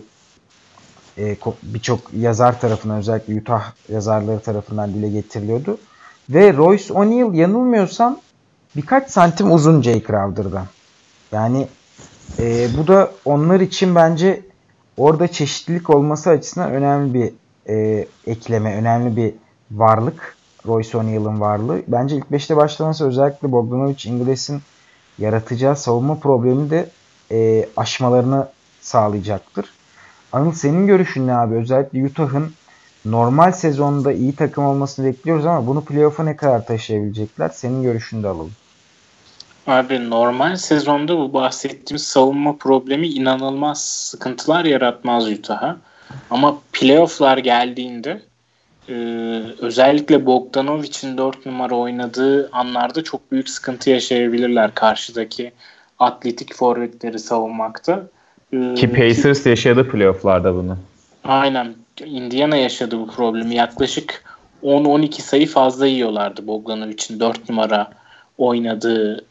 Birçok yazar tarafından, özellikle Utah yazarları tarafından dile getiriliyordu. Ve Royce O'Neal yanılmıyorsam birkaç santim uzun Jay Crowder'dan. Yani bu da onlar için bence orada çeşitlilik olması açısından önemli bir ekleme, önemli bir varlık. Royce O'Neal'ın varlığı. Bence ilk 5'te başlaması özellikle Bogdanovic, Ingles'in yaratacağı savunma problemi de aşmalarını sağlayacaktır. Anıl, senin görüşün ne abi? Özellikle Utah'ın normal sezonda iyi takım olmasını bekliyoruz ama bunu playoff'a ne kadar taşıyabilecekler? Senin görüşünü de alalım. Abi normal sezonda bu bahsettiğimiz savunma problemi inanılmaz sıkıntılar yaratmaz Utah'a. Ama playoff'lar geldiğinde özellikle Bogdanovic'in 4 numara oynadığı anlarda çok büyük sıkıntı yaşayabilirler karşıdaki atletik forvetleri savunmakta. Ki Pacers yaşadı playoff'larda bunu. Aynen. Indiana yaşadı bu problemi. Yaklaşık 10-12 sayı fazla yiyorlardı Bogdanovic'in 4 numara oynadığı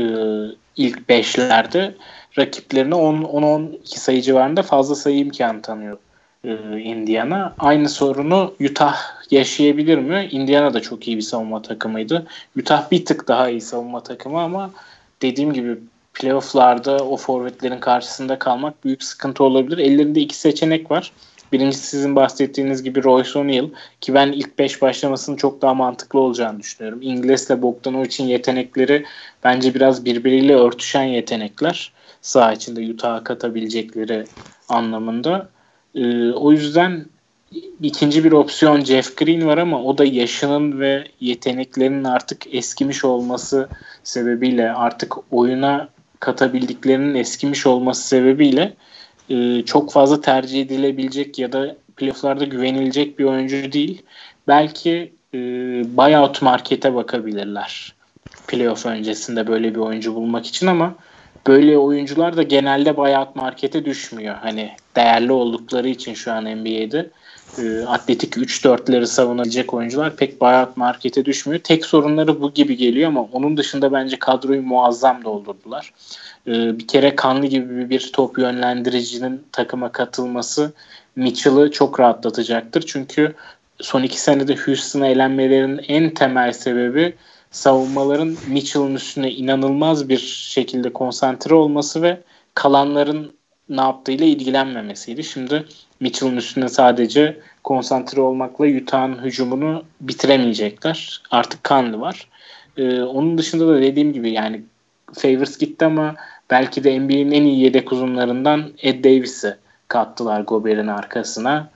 ilk 5'lerde. Rakiplerine 10-12 sayı civarında fazla sayı imkanı tanıyor Indiana. Aynı sorunu Utah yaşayabilir mi? Indiana da çok iyi bir savunma takımıydı. Utah bir tık daha iyi savunma takımı ama dediğim gibi playoff'larda o forvetlerin karşısında kalmak büyük sıkıntı olabilir. Ellerinde iki seçenek var. Birincisi sizin bahsettiğiniz gibi Royce O'Neal, ki ben ilk 5 başlamasının çok daha mantıklı olacağını düşünüyorum. İngiliz'le Bogdanovic'in yetenekleri bence biraz birbiriyle örtüşen yetenekler. Saha içinde Utah'a katabilecekleri anlamında. O yüzden ikinci bir opsiyon Jeff Green var ama o da yaşının ve yeteneklerinin artık eskimiş olması sebebiyle, artık oyuna katabildiklerinin eskimiş olması sebebiyle çok fazla tercih edilebilecek ya da playoff'larda güvenilecek bir oyuncu değil. Belki buyout markete bakabilirler playoff öncesinde böyle bir oyuncu bulmak için ama böyle oyuncular da genelde buyout markete düşmüyor. Hani değerli oldukları için şu an NBA'de atletik 3-4'leri savunabilecek oyuncular pek buyout markete düşmüyor. Tek sorunları bu gibi geliyor ama onun dışında bence kadroyu muazzam doldurdular. Bir kere Conley gibi bir top yönlendiricinin takıma katılması Mitchell'ı çok rahatlatacaktır. Çünkü son 2 senede Houston'a elenmelerinin en temel sebebi savunmaların Mitchell'ın üstüne inanılmaz bir şekilde konsantre olması ve kalanların ne yaptığıyla ilgilenmemesiydi. Şimdi Mitchell'ın üstüne sadece konsantre olmakla Utah'ın hücumunu bitiremeyecekler. Artık Conley var. Onun dışında da dediğim gibi yani Favors gitti ama belki de NBA'nin en iyi yedek uzunlarından Ed Davis'i kattılar Gobert'in arkasına.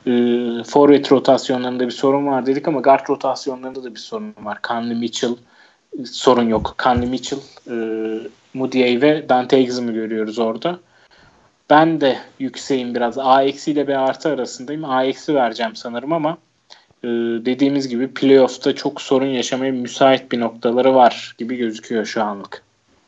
Forvet rotasyonlarında bir sorun var dedik ama guard rotasyonlarında da bir sorun var. Conley Mitchell sorun yok. Conley Mitchell, Mudiay ve Dante Exum'u görüyoruz orada. Ben de yükseğim biraz. A eksi ile B artı arasındayım. A eksi vereceğim sanırım ama dediğimiz gibi playoff'ta çok sorun yaşamaya müsait bir noktaları var gibi gözüküyor şu anlık.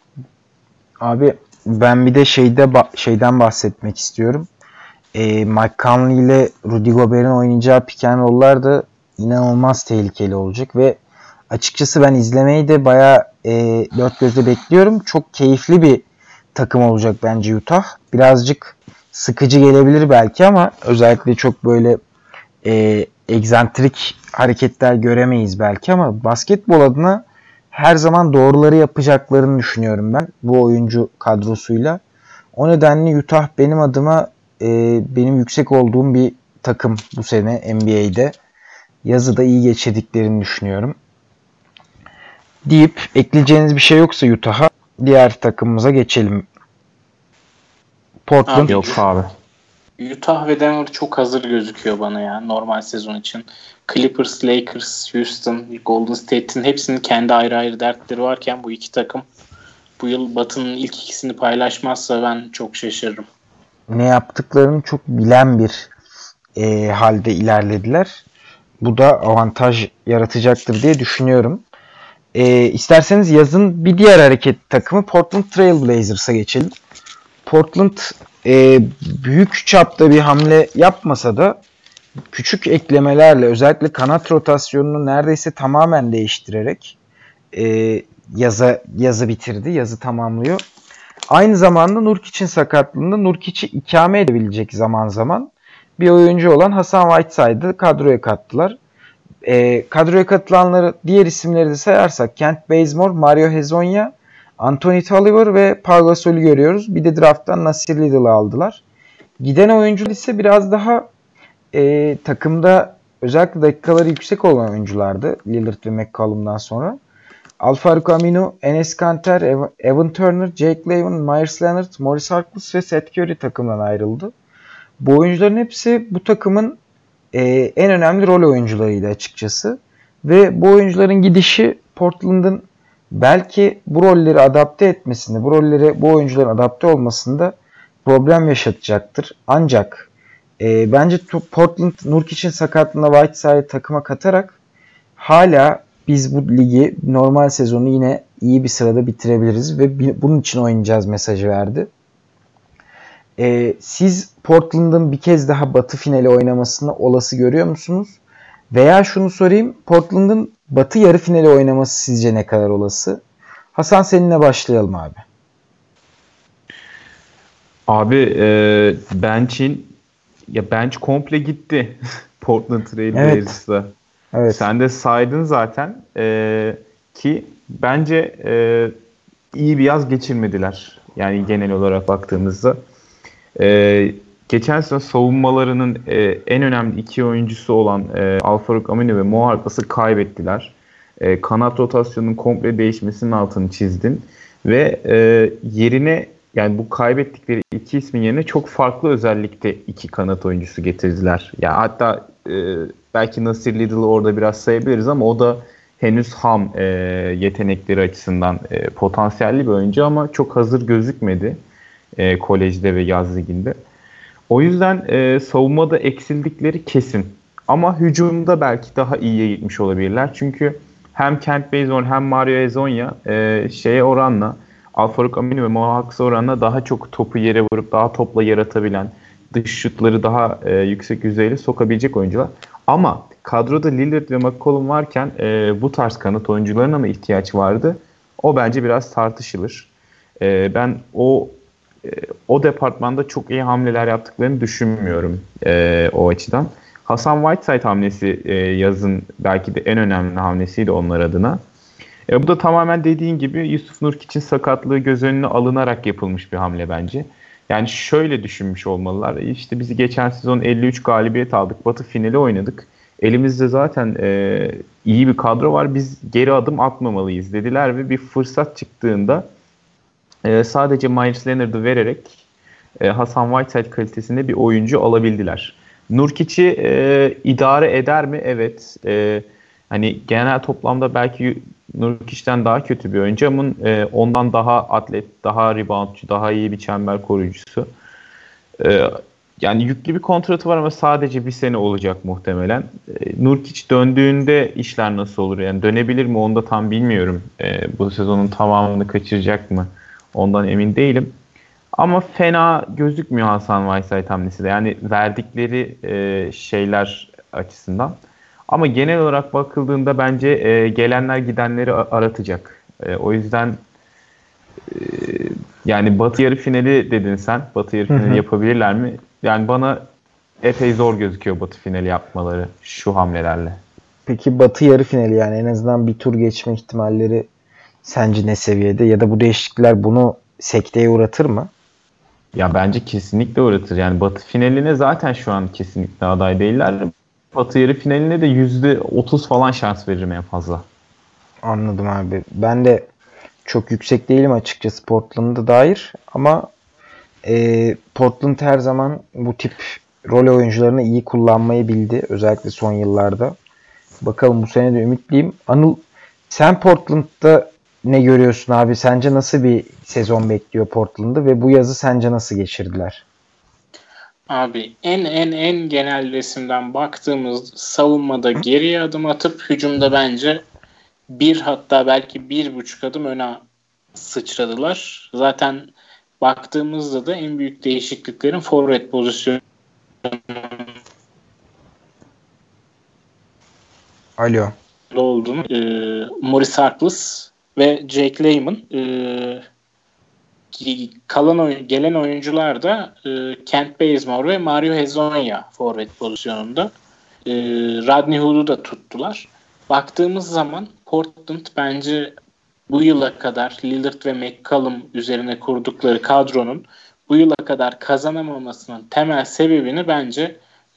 Abi ben bir de şeyden bahsetmek istiyorum. Mike Conley ile Rudy Gobert'in oynayacağı pick and roll'lar da inanılmaz tehlikeli olacak ve açıkçası ben izlemeyi de bayağı dört gözle bekliyorum. Çok keyifli bir takım olacak bence Utah. Birazcık sıkıcı gelebilir belki ama özellikle çok böyle egzantrik hareketler göremeyiz belki ama basketbol adına her zaman doğruları yapacaklarını düşünüyorum ben bu oyuncu kadrosuyla. O nedenle Utah benim adıma benim yüksek olduğum bir takım bu sene NBA'de. Yazı da iyi geçirdiklerini düşünüyorum. Deyip ekleyeceğiniz bir şey yoksa Utah'a diğer takımımıza geçelim. Portland. Yok abi. Utah ve Denver çok hazır gözüküyor bana ya normal sezon için. Clippers, Lakers, Houston, Golden State'in hepsinin kendi ayrı ayrı dertleri varken bu iki takım bu yıl Batı'nın ilk ikisini paylaşmazsa ben çok şaşırırım. Ne yaptıklarını çok bilen bir halde ilerlediler. Bu da avantaj yaratacaktır diye düşünüyorum. İsterseniz yazın bir diğer hareket takımı Portland Trail Blazers'a geçelim. Portland büyük çapta bir hamle yapmasa da küçük eklemelerle özellikle kanat rotasyonunu neredeyse tamamen değiştirerek yazı bitirdi. Yazı tamamlıyor. Aynı zamanda Nurkic'in sakatlığında Nurkic'i ikame edebilecek zaman zaman bir oyuncu olan Hasan Whiteside'ı kadroya kattılar. Kadroya katılanları diğer isimleri de sayarsak Kent Bazemore, Mario Hezonja, Anthony Tolliver ve Pau Gasol'ü görüyoruz. Bir de draft'tan Nasir Little'ı aldılar. Giden oyuncular ise biraz daha takımda özellikle dakikaları yüksek olan oyunculardı. Lillard ve McCollum'dan sonra. Al-Farouq Aminu, Enes Kanter, Evan Turner, Jake Lavin, Myers Leonard, Maurice Harkless ve Seth Curry takımdan ayrıldı. Bu oyuncuların hepsi bu takımın en önemli rol oyuncularıydı açıkçası. Ve bu oyuncuların gidişi Portland'ın belki bu rolleri adapte etmesinde, bu rollere bu oyuncuların adapte olmasında problem yaşatacaktır. Ancak bence Portland Nurkic'in sakatlığına Whiteside'ı takıma katarak hala biz bu ligi normal sezonu yine iyi bir sırada bitirebiliriz ve bunun için oynayacağız mesajı verdi. Siz Portland'ın bir kez daha Batı finali oynamasını olası görüyor musunuz? Veya şunu sorayım, Portland'ın Batı yarı finali oynaması sizce ne kadar olası? Hasan seninle başlayalım abi. Abi bench komple gitti Portland Trail Blazers'da. Evet. Sen de saydın zaten ki bence iyi bir yaz geçirmediler. Yani genel olarak baktığımızda. Geçen sene savunmalarının en önemli iki oyuncusu olan Al-Farouq Aminu ve Mo Harkless'ı kaybettiler. Kanat rotasyonunun komple değişmesinin altını çizdin. Ve yerine yani bu kaybettikleri iki ismin yerine çok farklı özellikte iki kanat oyuncusu getirdiler. Ya hatta belki Nasir Little'ı orada biraz sayabiliriz ama o da henüz ham yetenekleri açısından potansiyelli bir oyuncu ama çok hazır gözükmedi kolejde ve yaz liginde. O yüzden savunmada eksildikleri kesin. Ama hücumda belki daha iyiye gitmiş olabilirler. Çünkü hem Kent Bazemore hem Mario Hezonja şeye oranla Al-Farouq Aminu ve Mo Harkless'a oranla daha çok topu yere vurup daha topla yaratabilen, dış şutları daha yüksek yüzeyli sokabilecek oyuncular. Ama kadroda Lillard ve McCollum varken bu tarz kanat oyuncularına mı ihtiyaç vardı? O bence biraz tartışılır. Ben o departmanda çok iyi hamleler yaptıklarını düşünmüyorum o açıdan. Hasan Whiteside hamlesi yazın belki de en önemli hamlesiydi onlar adına. Bu da tamamen dediğin gibi Yusuf Nurkic'in sakatlığı göz önüne alınarak yapılmış bir hamle bence. Yani şöyle düşünmüş olmalılar. İşte biz geçen sezon 53 galibiyet aldık. Batı finali oynadık. Elimizde zaten iyi bir kadro var. Biz geri adım atmamalıyız dediler ve bir fırsat çıktığında sadece Myers Leonard'ı vererek Hasan Whiteside kalitesinde bir oyuncu alabildiler. Nurkic'i idare eder mi? Evet. Hani genel toplamda belki Nurkic'ten daha kötü bir oyuncu ama ondan daha atlet, daha reboundçu, daha iyi bir çember koruyucusu. Yani yüklü bir kontratı var ama sadece bir sene olacak muhtemelen. Nurkic döndüğünde işler nasıl olur? Yani dönebilir mi onu da tam bilmiyorum. Bu sezonun tamamını kaçıracak mı? Ondan emin değilim. Ama fena gözükmüyor Hasan Whiteside hamlesi de. Yani verdikleri şeyler açısından. Ama genel olarak bakıldığında bence gelenler gidenleri aratacak. O yüzden yani Batı yarı finali dedin sen. Batı yarı finali yapabilirler mi? Yani bana epey zor gözüküyor Batı finali yapmaları şu hamlelerle. Peki Batı yarı finali, yani en azından bir tur geçme ihtimalleri sence ne seviyede? Ya da bu değişiklikler bunu sekteye uğratır mı? Ya bence kesinlikle uğratır. Yani Batı finaline zaten şu an kesinlikle aday değiller. Batı yarı finaline de %30 falan şans veririm en fazla. Anladım abi. Ben de çok yüksek değilim açıkçası Portland'a dair ama Portland her zaman bu tip rol oyuncularını iyi kullanmayı bildi. Özellikle son yıllarda. Bakalım bu sene de ümitliyim. Anıl, sen Portland'da ne görüyorsun abi? Sence nasıl bir sezon bekliyor Portland'ı ve bu yazı sence nasıl geçirdiler? Abi en genel resimden baktığımız savunmada geriye adım atıp hücumda bence hatta belki 1,5 adım öne sıçradılar. Zaten baktığımızda da en büyük değişikliklerin forvet pozisyonu Alo. olduğunu Maurice Harkless ve Jake Layman gelen oyuncular da Kent Bazemore ve Mario Hezonja forvet pozisyonunda. Rodney Hood'u da tuttular. Baktığımız zaman Portland bence bu yıla kadar Lillard ve McCollum üzerine kurdukları kadronun bu yıla kadar kazanamamasının temel sebebini bence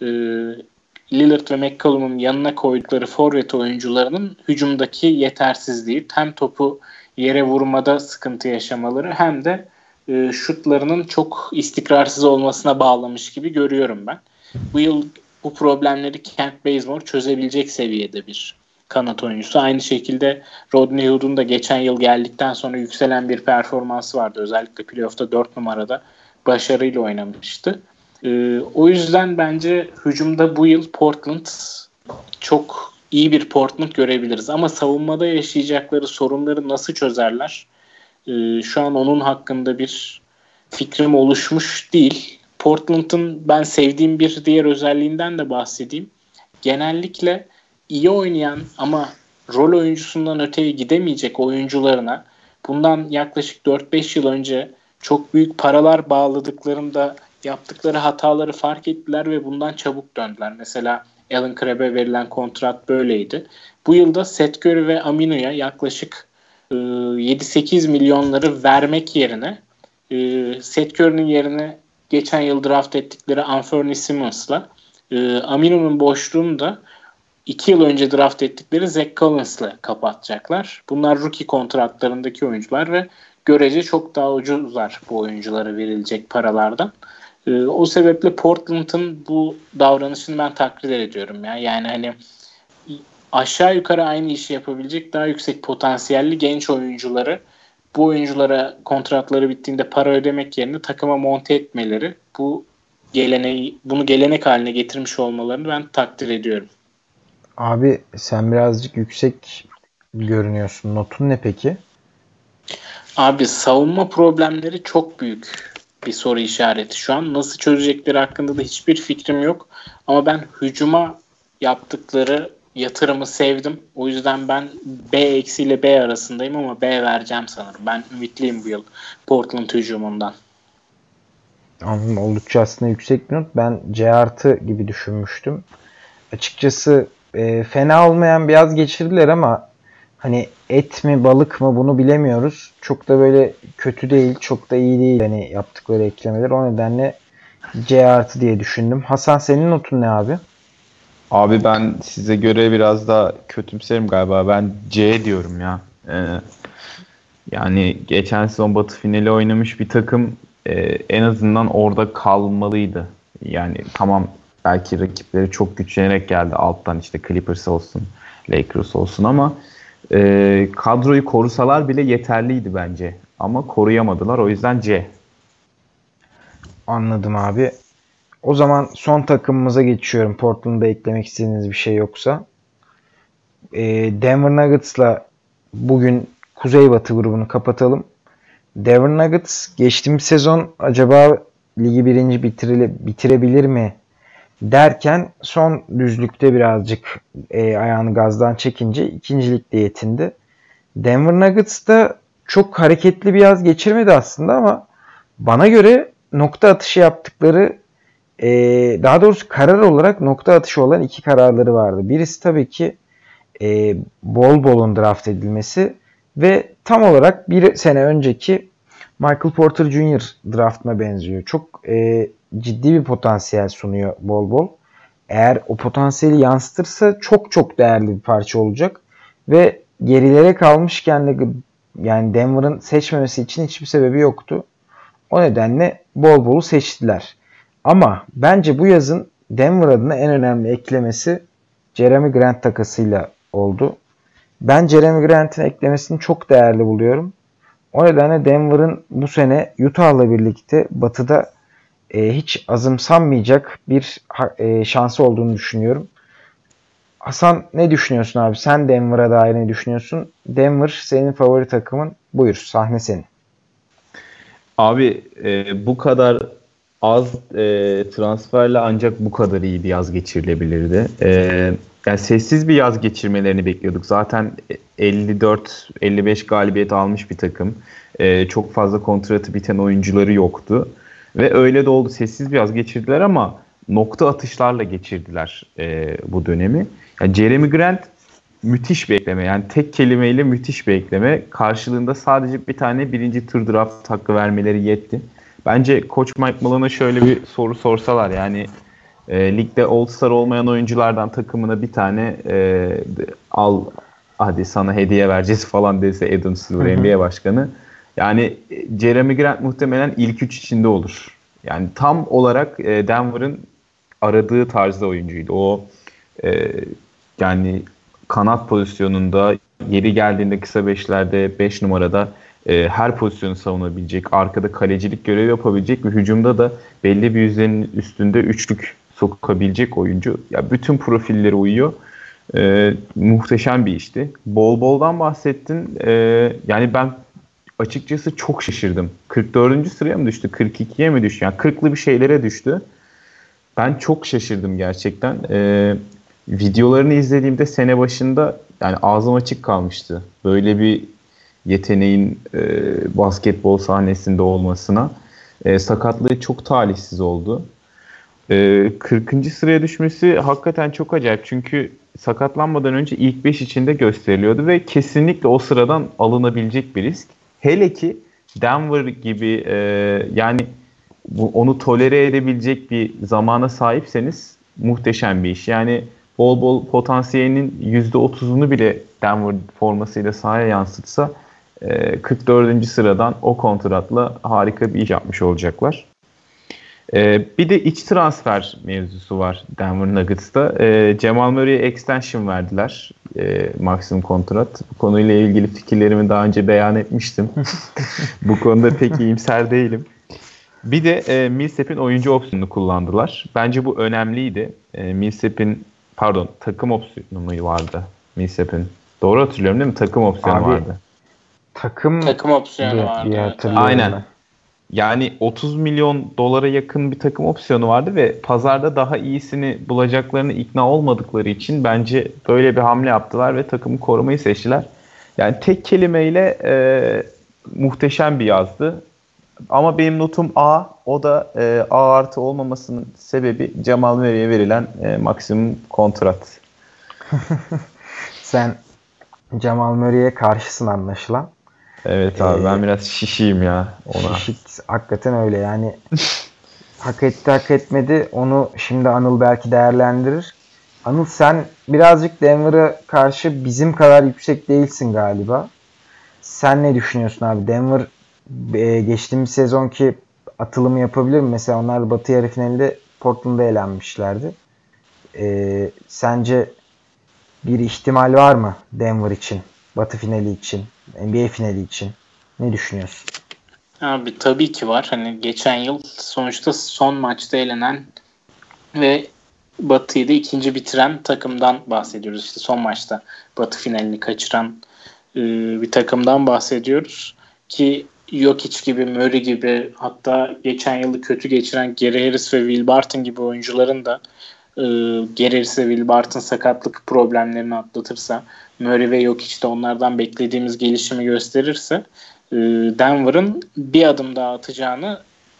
Lillard ve McCollum'un yanına koydukları forvet oyuncularının hücumdaki yetersizliği, hem topu yere vurmada sıkıntı yaşamaları hem de şutlarının çok istikrarsız olmasına bağlamış gibi görüyorum ben. Bu yıl bu problemleri Kent Bazemore çözebilecek seviyede bir kanat oyuncusu. Aynı şekilde Rodney Hood'un da geçen yıl geldikten sonra yükselen bir performansı vardı. Özellikle playoff'ta 4 numarada başarıyla oynamıştı. O yüzden bence hücumda bu yıl Portland çok iyi bir Portland görebiliriz. Ama savunmada yaşayacakları sorunları nasıl çözerler? Şu an onun hakkında bir fikrim oluşmuş değil. Portland'ın ben sevdiğim bir diğer özelliğinden de bahsedeyim. Genellikle iyi oynayan ama rol oyuncusundan öteye gidemeyecek oyuncularına bundan yaklaşık 4-5 yıl önce çok büyük paralar bağladıklarında yaptıkları hataları fark ettiler ve bundan çabuk döndüler. Mesela Alan Crabb'e verilen kontrat böyleydi. Bu yılda Seth Curry ve Aminu'ya yaklaşık 7-8 milyonları vermek yerine Seth Curry'nin yerine geçen yıl draft ettikleri Anthony Simmons'la Aminu'nun boşluğunu da 2 yıl önce draft ettikleri Zach Collins'la kapatacaklar. Bunlar rookie kontratlarındaki oyuncular ve görece çok daha ucuzlar bu oyunculara verilecek paralardan. O sebeple Portland'ın bu davranışını ben takdir ediyorum. Yani hani aşağı yukarı aynı işi yapabilecek daha yüksek potansiyelli genç oyuncuları bu oyunculara kontratları bittiğinde para ödemek yerine takıma monte etmeleri, bunu gelenek haline getirmiş olmalarını ben takdir ediyorum. Abi sen birazcık yüksek görünüyorsun. Notun ne peki? Abi savunma problemleri çok büyük bir soru işareti şu an. Nasıl çözecekleri hakkında da hiçbir fikrim yok. Ama ben hücuma yaptıkları yatırımı sevdim. O yüzden ben B eksiyle B arasındayım ama B vereceğim sanırım. Ben ümitliyim bu yıl Portland hücumundan. Anladım. Oldukça aslında yüksek bir not. Ben C artı gibi düşünmüştüm. Açıkçası fena olmayan bir yaz geçirdiler ama hani et mi balık mı bunu bilemiyoruz. Çok da böyle kötü değil, çok da iyi değil hani yaptıkları eklemeler. O nedenle C artı diye düşündüm. Hasan, senin notun ne abi? Abi ben size göre biraz daha kötümserim galiba. Ben C diyorum ya. Yani geçen sezon Batı finali oynamış bir takım en azından orada kalmalıydı. Yani tamam, belki rakipleri çok güçlenerek geldi alttan, işte Clippers olsun, Lakers olsun ama kadroyu korusalar bile yeterliydi bence. Ama koruyamadılar, o yüzden C. Anladım abi. O zaman son takımımıza geçiyorum. Portland'da eklemek istediğiniz bir şey yoksa. Denver Nuggets'la bugün Kuzeybatı grubunu kapatalım. Denver Nuggets geçtiğimiz sezon acaba ligi birinci bitirebilir mi derken son düzlükte birazcık ayağını gazdan çekince ikincilikle yetindi. Denver Nuggets da çok hareketli bir yaz geçirmedi aslında ama bana göre nokta atışı yaptıkları daha doğrusu karar olarak nokta atışı olan 2 kararları vardı. Birisi tabii ki Bol Bol'un draft edilmesi ve tam olarak bir sene önceki Michael Porter Jr. draftına benziyor. Çok ciddi bir potansiyel sunuyor Bol Bol. Eğer o potansiyeli yansıtırsa çok çok değerli bir parça olacak ve gerilere kalmışken de yani Denver'ın seçmemesi için hiçbir sebebi yoktu. O nedenle Bol Bol'u seçtiler. Ama bence bu yazın Denver adına en önemli eklemesi Jeremy Grant takasıyla oldu. Ben Jeremy Grant'in eklemesini çok değerli buluyorum. O nedenle Denver'ın bu sene Utah'la birlikte Batı'da hiç azımsanmayacak bir şansı olduğunu düşünüyorum. Hasan ne düşünüyorsun abi? Sen Denver'a dair ne düşünüyorsun? Denver senin favori takımın. Buyur, sahne senin. Abi bu kadar az transferle ancak bu kadar iyi bir yaz geçirilebilirdi. Yani sessiz bir yaz geçirmelerini bekliyorduk. Zaten 54-55 galibiyet almış bir takım. Çok fazla kontratı biten oyuncuları yoktu. Ve öyle de oldu. Sessiz bir yaz geçirdiler ama nokta atışlarla geçirdiler bu dönemi. Yani Jeremy Grant müthiş bir ekleme. Yani tek kelimeyle müthiş bir ekleme. Karşılığında sadece bir tane birinci tur draft hakkı vermeleri yetti. Bence Koç Mike Malone'a şöyle bir soru sorsalar, yani ligde All-Star olmayan oyunculardan takımına bir tane al, hadi sana hediye vereceğiz falan dese Adam Silver, NBA başkanı. Yani Jeremy Grant muhtemelen ilk 3 içinde olur. Yani tam olarak Denver'ın aradığı tarzda oyuncuydu. O yani kanat pozisyonunda, yeri geldiğinde kısa beşlerde 5 numarada her pozisyonu savunabilecek, arkada kalecilik görevi yapabilecek ve hücumda da belli bir yüzdenin üstünde üçlük sokabilecek oyuncu. Ya bütün profilleri uyuyor. Muhteşem bir işti. Bol Bol'dan bahsettin. Yani ben açıkçası çok şaşırdım. 44. sıraya mı düştü? 42'ye mi düştü? Yani 40'lı bir şeylere düştü. Ben çok şaşırdım gerçekten. Videolarını izlediğimde sene başında yani ağzım açık kalmıştı. Böyle bir yeteneğin basketbol sahnesinde olmasına. Sakatlığı çok talihsiz oldu. 40. sıraya düşmesi hakikaten çok acayip. Çünkü sakatlanmadan önce ilk 5 içinde gösteriliyordu ve kesinlikle o sıradan alınabilecek bir risk. Hele ki Denver gibi yani onu tolere edebilecek bir zamana sahipseniz muhteşem bir iş. Yani bol bol potansiyelinin %30'unu bile Denver formasıyla sahaya yansıtsa 44. sıradan o kontratla harika bir iş yapmış olacaklar. Bir de iç transfer mevzusu var Denver Nuggets'ta. Jamal Murray'e extension verdiler. Maksimum kontrat. Bu konuyla ilgili fikirlerimi daha önce beyan etmiştim. Bu konuda pek iyimser değilim. Bir de Millsap'in oyuncu opsiyonunu kullandılar. Bence bu önemliydi. Millsap'in takım opsiyonu mu vardı Millsap'in? Doğru hatırlıyorum değil mi? Takım opsiyonu vardı. Takım opsiyonu vardı. Aynen. Yani 30 milyon dolara yakın bir takım opsiyonu vardı ve pazarda daha iyisini bulacaklarını ikna olmadıkları için bence böyle bir hamle yaptılar ve takımı korumayı seçtiler. Yani tek kelimeyle muhteşem bir yazdı. Ama benim notum A. O da A artı olmamasının sebebi Jamal Murray'e verilen maksimum kontrat. Sen Jamal Murray'e karşısın anlaşılan. Evet abi ben biraz şişiyim ya ona. Şişik, hakikaten öyle yani. Hak etti hak etmedi onu şimdi Anıl belki değerlendirir. Anıl sen birazcık Denver'a karşı bizim kadar yüksek değilsin galiba. Sen ne düşünüyorsun abi? Denver geçtiğimiz sezonki atılımı yapabilir mi? Mesela onlar Batı yarı finalinde Portland'a elenmişlerdi. Sence bir ihtimal var mı Denver için? Batı finali için, NBA finali için. Ne düşünüyorsun? Abi tabii ki var. Hani geçen yıl sonuçta son maçta elenen ve Batı'yı da ikinci bitiren takımdan bahsediyoruz. İşte son maçta Batı finalini kaçıran bir takımdan bahsediyoruz. Ki Jokic gibi, Murray gibi, hatta geçen yılı kötü geçiren Gary Harris ve Will Barton gibi oyuncuların da Gary Harris ve Will Barton sakatlık problemlerini atlatırsa, Murray ve Jokic de onlardan beklediğimiz gelişimi gösterirse Denver'ın bir adım daha atacağını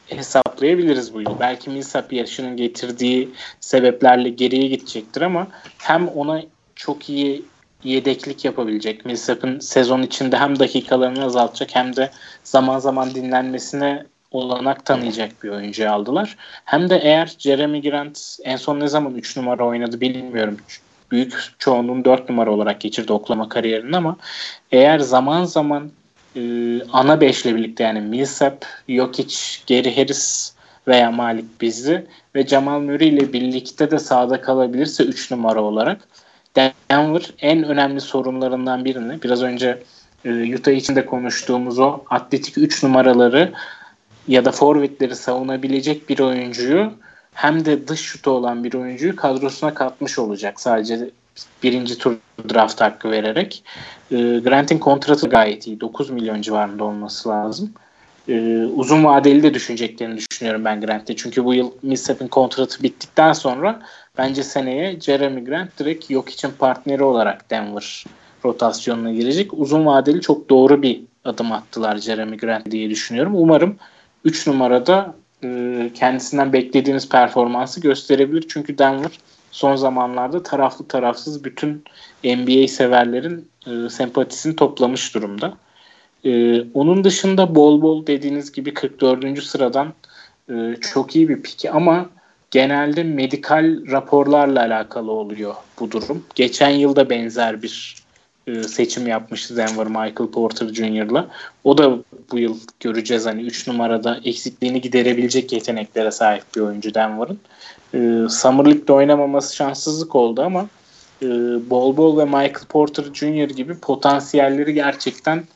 hesaplayabiliriz bu yıl. Belki Millsap yaşının getirdiği sebeplerle geriye gidecektir ama hem ona çok iyi yedeklik yapabilecek. Millsap'ın sezon içinde hem dakikalarını azaltacak hem de zaman zaman dinlenmesine olanak tanıyacak bir oyuncuyu aldılar. Hem de eğer Jeremy Grant en son ne zaman 3 numara oynadı bilmiyorum. Büyük çoğunluğun 4 numara olarak geçirdi Oklahoma kariyerini ama eğer zaman zaman ana beşle birlikte yani Millsap, Jokic, Gary Harris veya Malik Beasley ve Jamal Murray ile birlikte de sahada kalabilirse 3 numara olarak Denver en önemli sorunlarından birini biraz önce Utah için de konuştuğumuz o atletik 3 numaraları ya da forvetleri savunabilecek bir oyuncuyu hem de dış şutu olan bir oyuncuyu kadrosuna katmış olacak sadece birinci tur draft hakkı vererek. Grant'in kontratı gayet iyi. 9 milyon civarında olması lazım. Uzun vadeli de düşüneceklerini düşünüyorum ben Grant'te. Çünkü bu yıl Millsap'in kontratı bittikten sonra bence seneye Jeremy Grant direkt Jokic'in partneri olarak Denver rotasyonuna girecek. Uzun vadeli çok doğru bir adım attılar Jeremy Grant diye düşünüyorum. Umarım 3 numarada kendisinden beklediğimiz performansı gösterebilir. Çünkü Denver son zamanlarda taraflı tarafsız bütün NBA severlerin sempatisini toplamış durumda. Onun dışında bol bol dediğiniz gibi 44. sıradan çok iyi bir piki ama genelde medikal raporlarla alakalı oluyor bu durum. Geçen yılda benzer bir seçim yapmıştı Denver Michael Porter Jr.'la. O da bu yıl göreceğiz hani 3 numarada eksikliğini giderebilecek yeteneklere sahip bir oyuncu Denver'ın. Summer League'de oynamaması şanssızlık oldu ama Bol Bol ve Michael Porter Jr. gibi potansiyelleri gerçekten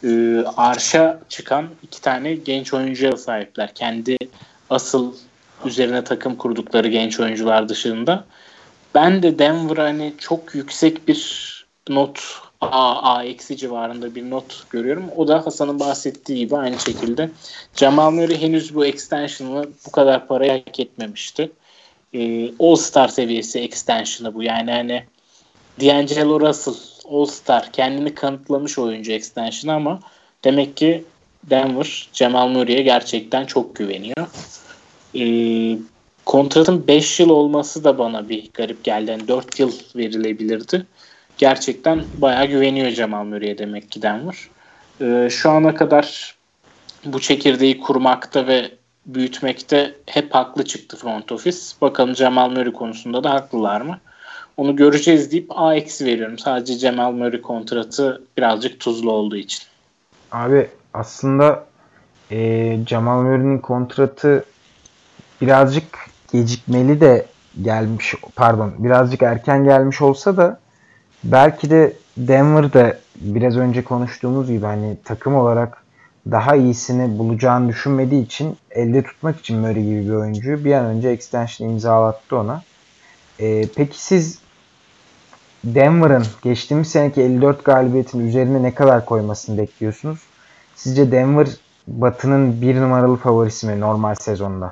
arşa çıkan iki tane genç oyuncuya sahipler. Kendi asıl üzerine takım kurdukları genç oyuncular dışında. Ben de Denver'a hani çok yüksek bir not A eksi civarında bir not görüyorum. O da Hasan'ın bahsettiği gibi aynı şekilde. Jamal Murray henüz bu extension'ı bu kadar paraya hak etmemişti. All-Star seviyesi extension'ı bu. Yani hani D'Angelo Russell All-Star kendini kanıtlamış oyuncu extension'ı ama demek ki Denver Jamal Murray'e gerçekten çok güveniyor. Kontratın 5 yıl olması da bana bir garip geldi. Yani 4 yıl verilebilirdi. Gerçekten bayağı güveniyor Jamal Murray'e demek ki Denver. Şu ana kadar bu çekirdeği kurmakta ve büyütmekte hep haklı çıktı front office. Bakalım Jamal Murray konusunda da haklılar mı? Onu göreceğiz deyip A eksi veriyorum. Sadece Jamal Murray kontratı birazcık tuzlu olduğu için. Abi aslında Jamal Murray'nin kontratı birazcık gecikmeli de gelmiş, birazcık erken gelmiş olsa da belki de Denver'da biraz önce konuştuğumuz gibi hani takım olarak daha iyisini bulacağını düşünmediği için elde tutmak için Murray gibi bir oyuncuyu bir an önce extension imzalattı ona. Peki siz Denver'ın geçtiğimiz seneki 54 galibiyetin üzerine ne kadar koymasını bekliyorsunuz? Sizce Denver Batı'nın bir numaralı favorisi mi normal sezonda?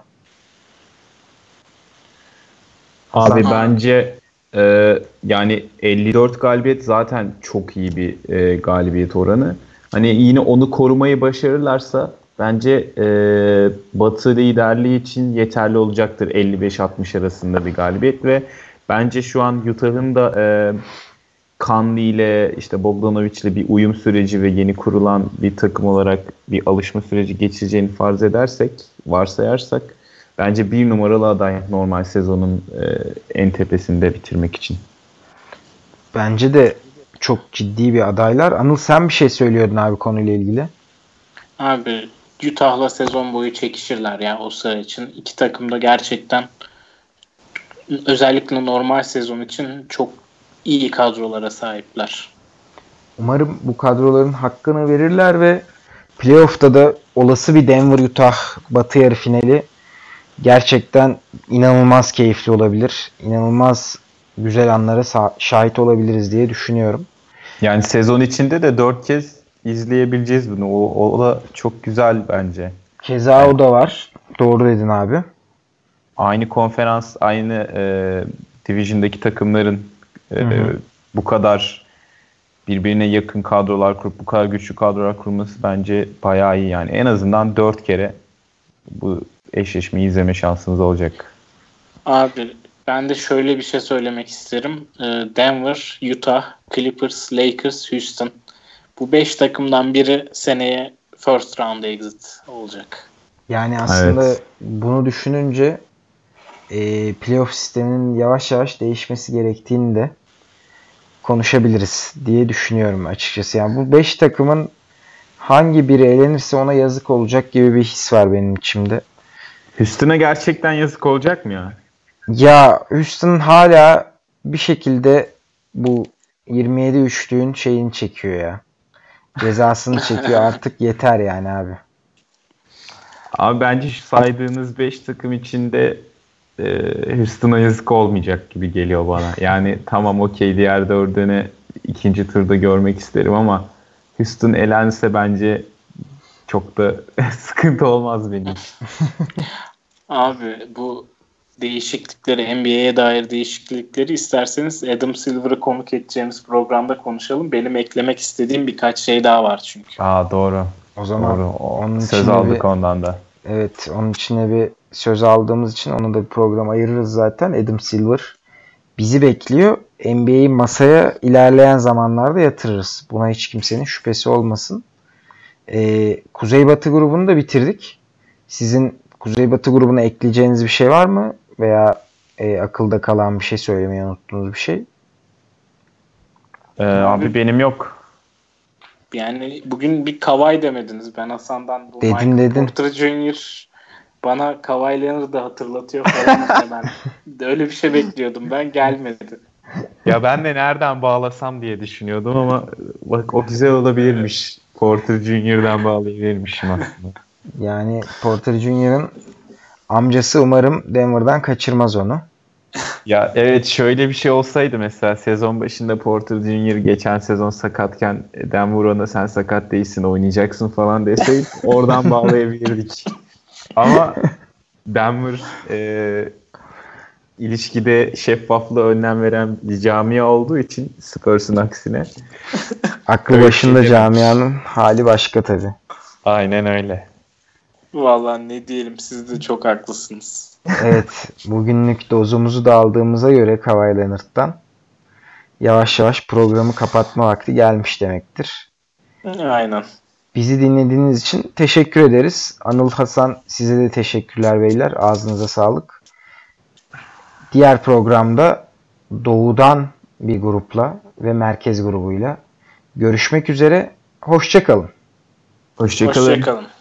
Abi bence yani 54 galibiyet zaten çok iyi bir galibiyet oranı. Hani yine onu korumayı başarırlarsa bence Batı liderliği için yeterli olacaktır 55-60 arasında bir galibiyet ve bence şu an Utah'ın da Conley ile işte Bogdanovic ile bir uyum süreci ve yeni kurulan bir takım olarak bir alışma süreci geçireceğini farz edersek, varsayarsak bence bir numaralı aday normal sezonun en tepesinde bitirmek için. Bence de çok ciddi bir adaylar. Anıl sen bir şey söylüyordun abi konuyla ilgili. Abi Utah'la sezon boyu çekişirler ya o sıra için. İki takım da gerçekten özellikle normal sezon için çok iyi kadrolara sahipler. Umarım bu kadroların hakkını verirler ve playoff'ta da olası bir Denver-Utah Batı yarı finali gerçekten inanılmaz keyifli olabilir. İnanılmaz güzel anlara şahit olabiliriz diye düşünüyorum. Yani sezon içinde de 4 kez izleyebileceğiz bunu. O da çok güzel bence. Keza evet. O da var. Doğru dedin abi. Aynı konferans, aynı division'daki takımların bu kadar birbirine yakın kadrolar kurup bu kadar güçlü kadrolar kurması bence bayağı iyi yani. En azından 4 kere bu eşleşmeyi izleme şansınız olacak. Abi ben de şöyle bir şey söylemek isterim. Denver, Utah, Clippers, Lakers, Houston. Bu 5 takımdan biri seneye first round exit olacak. Yani aslında Evet. bunu düşününce playoff sisteminin yavaş yavaş değişmesi gerektiğini de konuşabiliriz diye düşünüyorum açıkçası. Yani bu 5 takımın hangi biri elenirse ona yazık olacak gibi bir his var benim içimde. Houston'a gerçekten yazık olacak mı ya? Ya Houston hala bir şekilde bu 27 üçlüğün şeyini çekiyor ya. Cezasını çekiyor. Artık yeter yani abi. Abi bence şu saydığınız 5 takım içinde Houston'a yazık olmayacak gibi geliyor bana. Yani tamam okey diğer 4'ünü ikinci turda görmek isterim ama Houston elense bence çok da sıkıntı olmaz benim için. Abi bu değişiklikleri, NBA'ye dair değişiklikleri isterseniz Adam Silver'ı konuk edeceğimiz programda konuşalım. Benim eklemek istediğim birkaç şey daha var çünkü. Doğru. O zaman Doğru. onun Söz içine aldık ondan da. evet, onun içine bir söz aldığımız için onu da bir program ayırırız zaten. Adam Silver bizi bekliyor. NBA'yi masaya ilerleyen zamanlarda yatırırız. Buna hiç kimsenin şüphesi olmasın. Kuzeybatı grubunu da bitirdik. Sizin Kuzeybatı grubuna ekleyeceğiniz bir şey var mı? Veya akılda kalan bir şey, söylemeyi unuttuğunuz bir şey? Abi benim yok. Yani bugün bir Kawhi demediniz. Ben Hasan'dan bu Dedin, Michael dedin. Porter Jr. bana Kawhi Leonard'ı hatırlatıyor falan. Ben de öyle bir şey bekliyordum. Ben gelmedi. Ya ben de nereden bağlasam diye düşünüyordum ama bak o güzel olabilirmiş. Porter Jr.'dan bağlayabilirmişim aslında. Yani Porter Jr.'ın amcası umarım Denver'dan kaçırmaz onu. Ya evet şöyle bir şey olsaydı mesela sezon başında Porter Jr. geçen sezon sakatken Denver ona sen sakat değilsin oynayacaksın falan deseydi oradan bağlayabilirdik. Ama Denver ilişkide şeffaflığa önlem veren bir camia olduğu için Spurs'un aksine. Aklı Öyle başında şey camianın hali başka tabii. Aynen öyle. Vallahi ne diyelim, siz de çok haklısınız. Evet, bugünlük dozumuzu da aldığımıza göre Kawhi Leonard'dan yavaş yavaş programı kapatma vakti gelmiş demektir. Aynen. Bizi dinlediğiniz için teşekkür ederiz. Anıl, Hasan, size de teşekkürler beyler. Ağzınıza sağlık. Diğer programda Doğu'dan bir grupla ve Merkez grubuyla görüşmek üzere. Hoşça kalın. Hoşçakalın. Hoşçakalın.